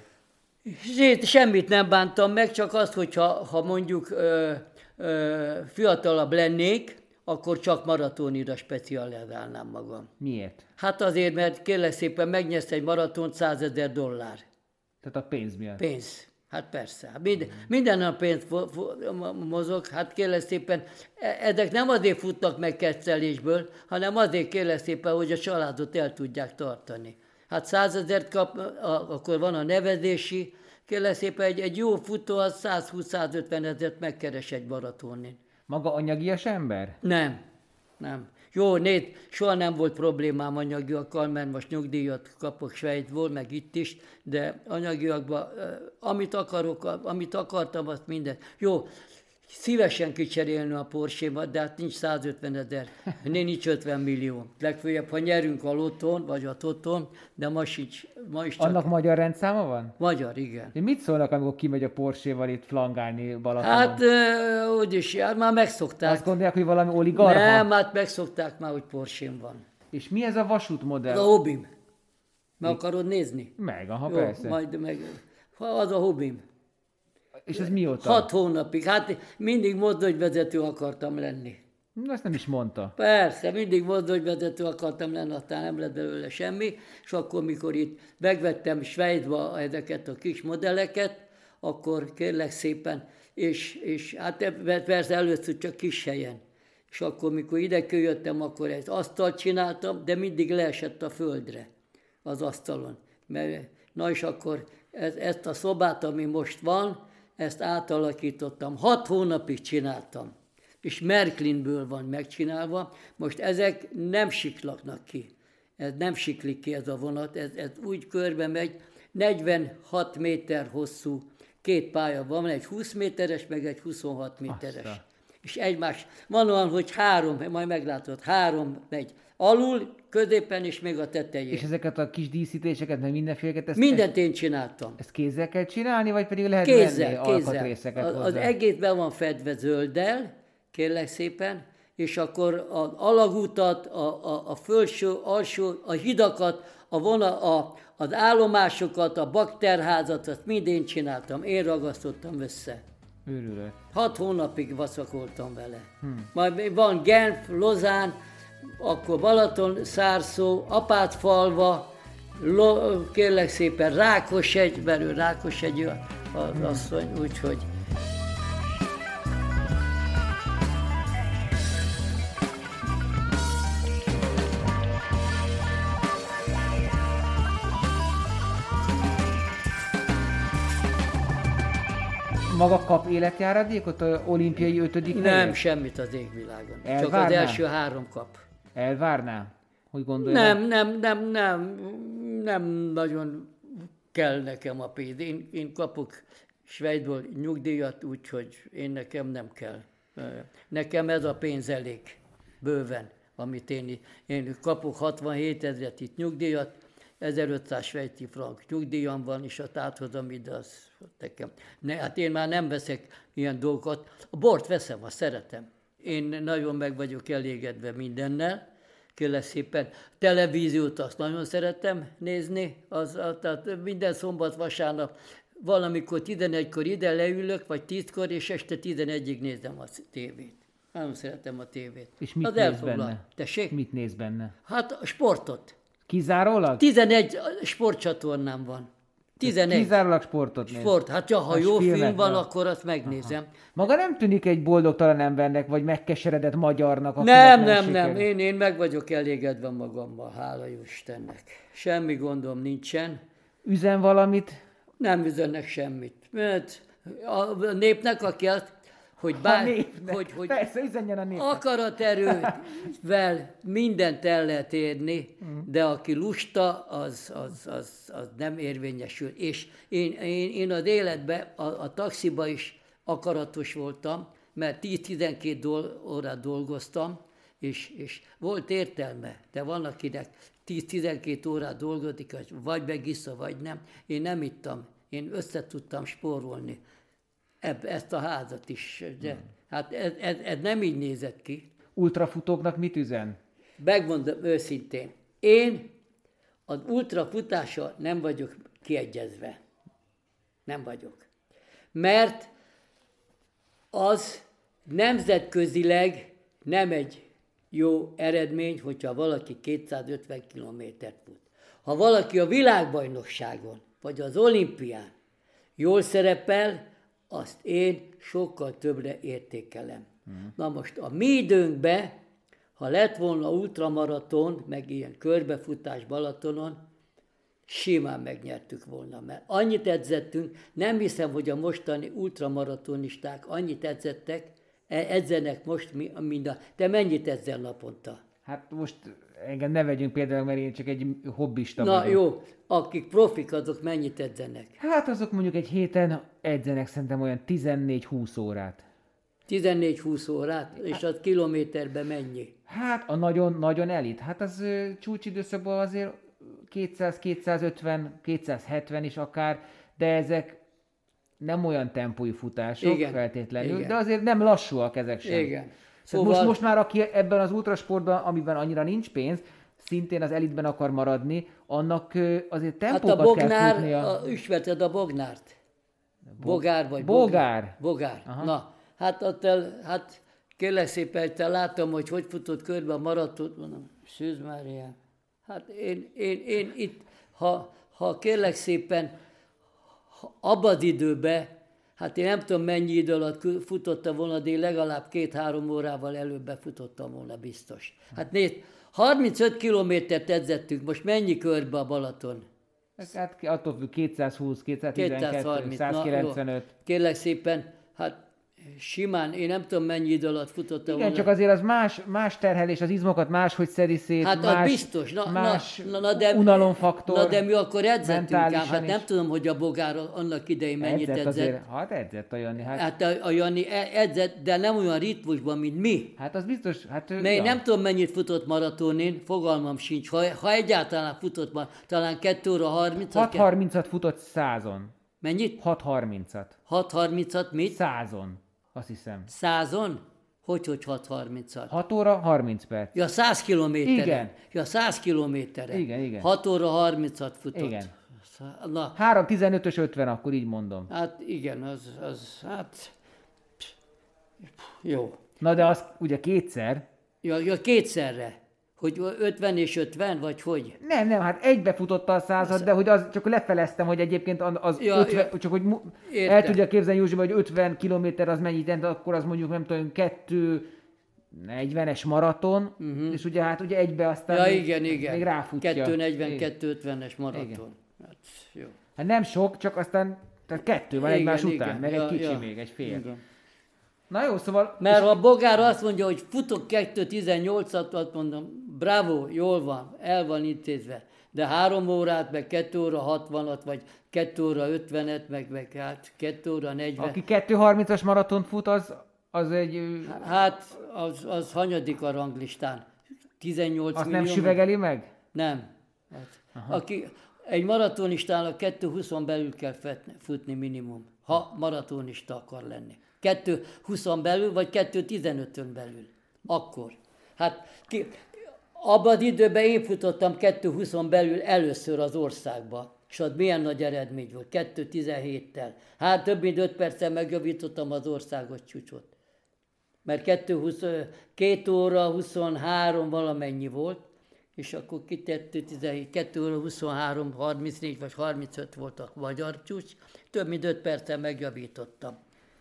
Semmit nem bántam meg, csak azt, hogyha ha mondjuk ö, ö, fiatalabb lennék, akkor csak maratonira specializálnám magam. Miért? Hát azért, mert kérlek szépen megnyersz egy maratont százezer dollár. Tehát a pénz miatt? Pénz. Hát persze. Mind, mm. Minden a pénz mozog. Hát kérlek szépen, ezek nem azért futnak meg keccelésből, hanem azért kérlek szépen, hogy a családot el tudják tartani. Hát százezert kap, akkor van a nevezési, kérlek szépen egy, egy jó futó az százhúsz-százötven ezeret megkeres egy maratonin. Maga anyagias ember? Nem, nem. Jó, nézd, soha nem volt problémám anyagiakkal, mert most nyugdíjat kapok Svájcból, meg itt is, de anyagiakban, amit akarok, amit akartam, azt minden. Jó, szívesen kicserélni a Porsche-mat, de hát nincs százötven ezer, nincs ötven millió. Legfőjebb, ha nyerünk a lotón, vagy a totón, de ma, sincs, ma is csak... Annak magyar rendszáma van? Magyar, igen. De mit szólnak, amikor kimegy a Porsche-val itt flangálni Balatonon? Hát, úgyis jár, már megszokták. Azt gondolják, hogy valami oligarha? Nem, hát megszokták már, hogy Porsche-m van. És mi ez a vasútmodell? Az a hobbim. Meg akarod nézni? Meg, aha, jó, persze. Majd meg... Az a hobbim. És ez mióta? Hat hónapig. Hát mindig mozdonyvezető akartam lenni. Ezt nem is mondta. Persze, mindig mozdonyvezető akartam lenni, aztán nem lett belőle semmi, és akkor, mikor itt megvettem Svájcba ezeket a kis modelleket, akkor kérlek szépen, és, és hát persze először csak kis helyen. és akkor, mikor ide jöttem, akkor egy asztalt csináltam, de mindig leesett a földre az asztalon. Mert, na és akkor ez, ezt a szobát, ami most van, ezt átalakítottam. Hat hónapig csináltam, és Märklinből van megcsinálva. Most ezek nem siklaknak ki. Ez nem siklik ki ez a vonat, ez, ez úgy körbe megy, negyvenhat méter hosszú, két pálya van, egy húsz méteres, meg egy huszonhat méteres. Aztán. És egymás, van olyan, hogy három, majd meglátod, három megy alul, középen és még a tetején. És ezeket a kis díszítéseket, meg mindenféleket? Ezt, Mindent én csináltam. Ezt kézzel kell csinálni, vagy pedig lehet kézzel, venni kézzel. alkatrészeket az, hozzá? az egész be van fedve zölddel, kérlek szépen, és akkor az alagútat, a, a, a felső, alsó, a hidakat, a vona, a, az állomásokat, a bakterházat, azt mind én csináltam, én ragasztottam össze. Őrület. Hat hónapig vacakoltam vele. Hmm. Majd van Genf, Lozán, akkor Balaton, Szárszó, Apátfalva, Lo, kérlek szépen Rákoshegy, mert ő Rákoshegy az asszony, úgyhogy... Maga kap életjáradékot, az olimpiai ötödik Nem, helyen? semmit az égvilágon. Elvárná? Csak az első három kap. Elvárná? Hogy gondolja? Nem, nem, nem, nem, nem nagyon kell nekem a pénz. Én, én kapok Svájcból nyugdíjat, úgyhogy én nekem nem kell. Nekem ez a pénz elég, bőven, amit én, én kapok hatvanhét ezret itt nyugdíjat, ezerötszáz svájci frank nyugdíjam van, és a áthozom ide, az nekem. Ne, hát én már nem veszek ilyen dolgokat. A bort veszem, azt szeretem. Én nagyon meg vagyok elégedve mindennel, kérlek szépen. Televíziót azt nagyon szeretem nézni, az, az, tehát minden szombat, vasárnap, valamikor tizenegykor ide leülök, vagy tízkor, és este tizenegyig nézem a tévét. Nagyon szeretem a tévét. És mit az néz elfoglal. benne? Tessék? Mit néz benne? Hát a sportot. Kizárólag? tizenegy sportcsatornám van. tizenegy. Kizárólag sportot néz. Sport. Hát ja, ha A jó filmet, film van, ja. akkor azt megnézem. Aha. Maga nem tűnik egy boldogtalan embernek, vagy megkeseredett magyarnak? Nem, nem, nem, nem. Én, én meg vagyok elégedve magammal, hála jó Istennek. Semmi gondom nincsen. Üzen valamit? Nem üzennek semmit. Mert a népnek, aki azt, hogy bár, népnek. hogy, hogy Persze, üzenjen a népnek. akaraterővel mindent el lehet érni, de aki lusta, az, az, az, az nem érvényesül. És én, én, én az életben, a, a taxiba is akaratos voltam, mert tíz-tizenkét dol- órát dolgoztam, és, és volt értelme, de van, akinek tíz-tizenkét órát dolgozik, vagy megissza, vagy nem. Én nem ittam, én össze tudtam spórolni. Ebb, ezt a házat is. De, hmm. Hát ez, ez, ez nem így nézett ki. Ultrafutóknak mit üzen? Megmondom őszintén, én az ultrafutással nem vagyok kiegyezve. Nem vagyok. Mert az nemzetközileg nem egy jó eredmény, hogyha valaki kétszázötven kilométert fut. Ha valaki a világbajnokságon, vagy az olimpián jól szerepel, azt én sokkal többre értékelem. Uh-huh. Na most a mi időnkben, ha lett volna ultramaraton, meg ilyen körbefutás Balatonon, simán megnyertük volna, mert annyit edzettünk, nem hiszem, hogy a mostani ultramaratonisták annyit edzettek, edzenek most, mint a... Te mennyit edzel naponta? Hát most engem ne vegyünk például, mert én csak egy hobbista Na vagyok. jó, akik profik, azok mennyit edzenek? Hát azok mondjuk egy héten edzenek szerintem olyan tizennégy-húsz órát. tizennégy-húsz órát? És az kilométerben mennyi? Hát a nagyon-nagyon elit. Hát az ö, csúcsidőszakban azért kétszáz-kétszázötven, kétszázhetven is akár, de ezek nem olyan tempójú futások igen, feltétlenül, igen. de azért nem lassúak ezek sem. Igen. Szóval... Most, most már aki ebben az ultrasportban, amiben annyira nincs pénz, szintén az elitben akar maradni, annak azért tempókat hát a Bognár, kell futnia. A, ismerted a Bognárt? Bogár vagy Bogár? Bogár. Bogár. Na, hát, ott el, hát kérlek szépen, te látom, hogy hogy futott körbe a maratont, mondom, Szűz Mária. Hát én, én, én itt, ha, ha kérlek szépen, ha abban az időben, Hát én nem tudom, mennyi idő alatt futottam volna, de én legalább két-három órával előbb befutottam volna biztos. Hát nézd, harmincöt kilométert edzettünk, most mennyi körbe a Balaton? Hát attól függ, kétszázhúsz, kétszáztizenkettő, százkilencvenöt. Na, kérlek szépen, hát simán, én nem tudom, mennyi idő alatt futottam Igen, volna. csak azért az más, más terhelés, az izmokat máshogy szedi szét, hát más, az biztos. Na, más na, na, de, unalomfaktor. Na de mi akkor edzettünk ám, hát is. nem tudom, hogy a Bogár annak idején mennyit edzett. edzett. Azért, hát edzett a Jani. Hát, hát a, a Jani edzett, de nem olyan ritmusban, mint mi. Hát az biztos. Hát, Mert én nem tudom, mennyit futott maratonin, fogalmam sincs. Ha, ha egyáltalán futott már, talán kettő óra harminc. hat harmincat futott százon. Mennyit? hat harmincat. hat harmincat mit? Százon. Azt hiszem. Százon? Hogy, hogy hat harmincat? hat óra harminc perc. Ja, száz kilométeren. Igen. Ja, száz kilométeren. Igen, igen. hat óra harmincat futott. Igen. Na. három tizenötös ötven, akkor így mondom. Hát igen, az, az hát... Jó. Na de az ugye kétszer. Ja, ja kétszerre. Hogy ötven és ötven, vagy hogy? Nem, nem, hát egybe futotta a század, de hogy az, csak lefeleztem, hogy egyébként az ja, ötven, ja. csak hogy mu- el tudja képzelni Józsi, hogy ötven kilométer az mennyit jelent, akkor az mondjuk nem tudom, kettő negyvenes maraton, uh-huh. és ugye hát ugye egybe aztán ja, még, igen, igen. még ráfutja. kettő negyven, kettő ötvenes maraton. Igen. Hát, jó. Hát nem sok, csak aztán tehát kettő van igen, egymás igen. után, meg ja, egy kicsi ja. még, egy fél. Igen. Na jó, szóval... Mert ha a Bogár azt mondja, hogy futok kettő tizennyolcat, azt mondom, bravo, jól van, el van intézve. De három órát, meg kettő óra hatvanat, vagy kettő óra ötvenet, meg, meg hát kettő óra negyven. Aki kettő harmincas maratont fut, az, az egy... Hát, az, az hanyadik a ranglistán? tizennyolc azt millió? nem süvegeli meg? Nem. Hát, aki, egy maratonistának kettő húszon belül kell futni minimum, ha maratonista akar lenni. kettő húszon belül, vagy kettő tizenötön belül. Akkor. Hát ki, abban az időben én futottam kettő húszon belül először az országba. És az milyen nagy eredmény volt, kettő tizenhéttel. Hát több mint öt perccel megjavítottam az országos csúcsot. Mert kettő óra huszonhárom valamennyi volt, és akkor kettő tizenhét, kettő óra huszonhárom, harmincnégy vagy harmincöt volt a magyar csúcs. Több mint öt perccel megjavítottam.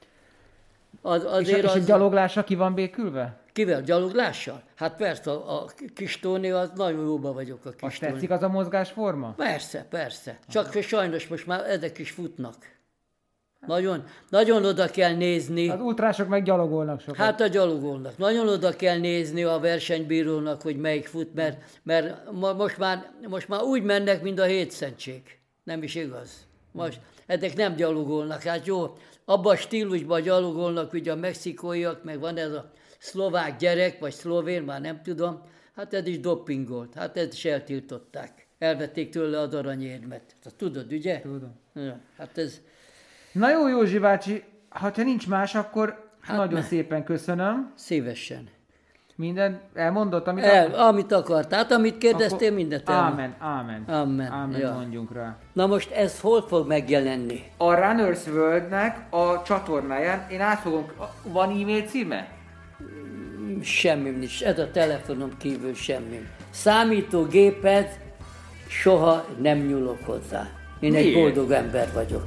Az, és, és az... egy gyaloglásra ki van békülve? Kivel? Gyaloglással? Hát persze, a, a kis Tóni, az nagyon jóban vagyok a kis Azt Tóni. tetszik az a mozgásforma? Persze, persze. Csak Aha. sajnos most már ezek is futnak. Nagyon, nagyon oda kell nézni. Az ultrások meg gyalogolnak sokat. Hát a gyalogolnak. Nagyon oda kell nézni a versenybírónak, hogy melyik fut, mert, mert most, már, most már úgy mennek, mint a hétszentség. Nem is igaz. Most ezek nem gyalogolnak. Hát jó, abban a stílusban gyalogolnak, ugye a mexikóiak, meg van ez a szlovák gyerek, vagy szlovén, már nem tudom. Hát ez is dopingolt. Hát ezt is eltiltották. Elvették tőle az aranyérmet. Ezt tudod, ugye? Tudom. Ja, hát ez... Na jó, Józsi bácsi, ha te nincs más, akkor hát nagyon ne. szépen köszönöm. Szívesen. Minden elmondott, amit El, akar? amit akart. Hát amit kérdeztél, akkor... mindent elmond. Ámen, ámen. Ámen. Ámen Ja. mondjunk rá. Na most ez hol fog megjelenni? A Runners World-nek a csatornáján, én át fogom... Van e-mail címe? Semmi nincs. Ez a telefonom kívül semmi. Számítógépet soha nem nyúlok hozzá. Én Miért? egy boldog ember vagyok.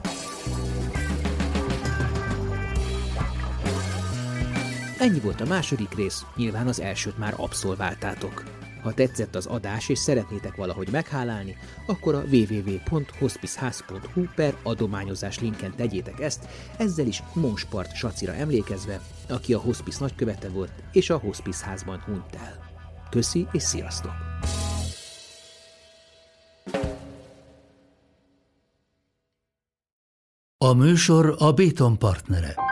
Ennyi volt a második rész, nyilván az elsőt már abszolváltátok. Ha tetszett az adás és szeretnétek valahogy meghálálni, akkor a double-u double-u double-u pont hospiceház pont hu per adományozás linken tegyétek ezt, ezzel is Monspart Sacira emlékezve, aki a Hospice nagykövete volt és a Hospice házban hunyt el. Köszi és sziasztok! A műsor a Béton partnere.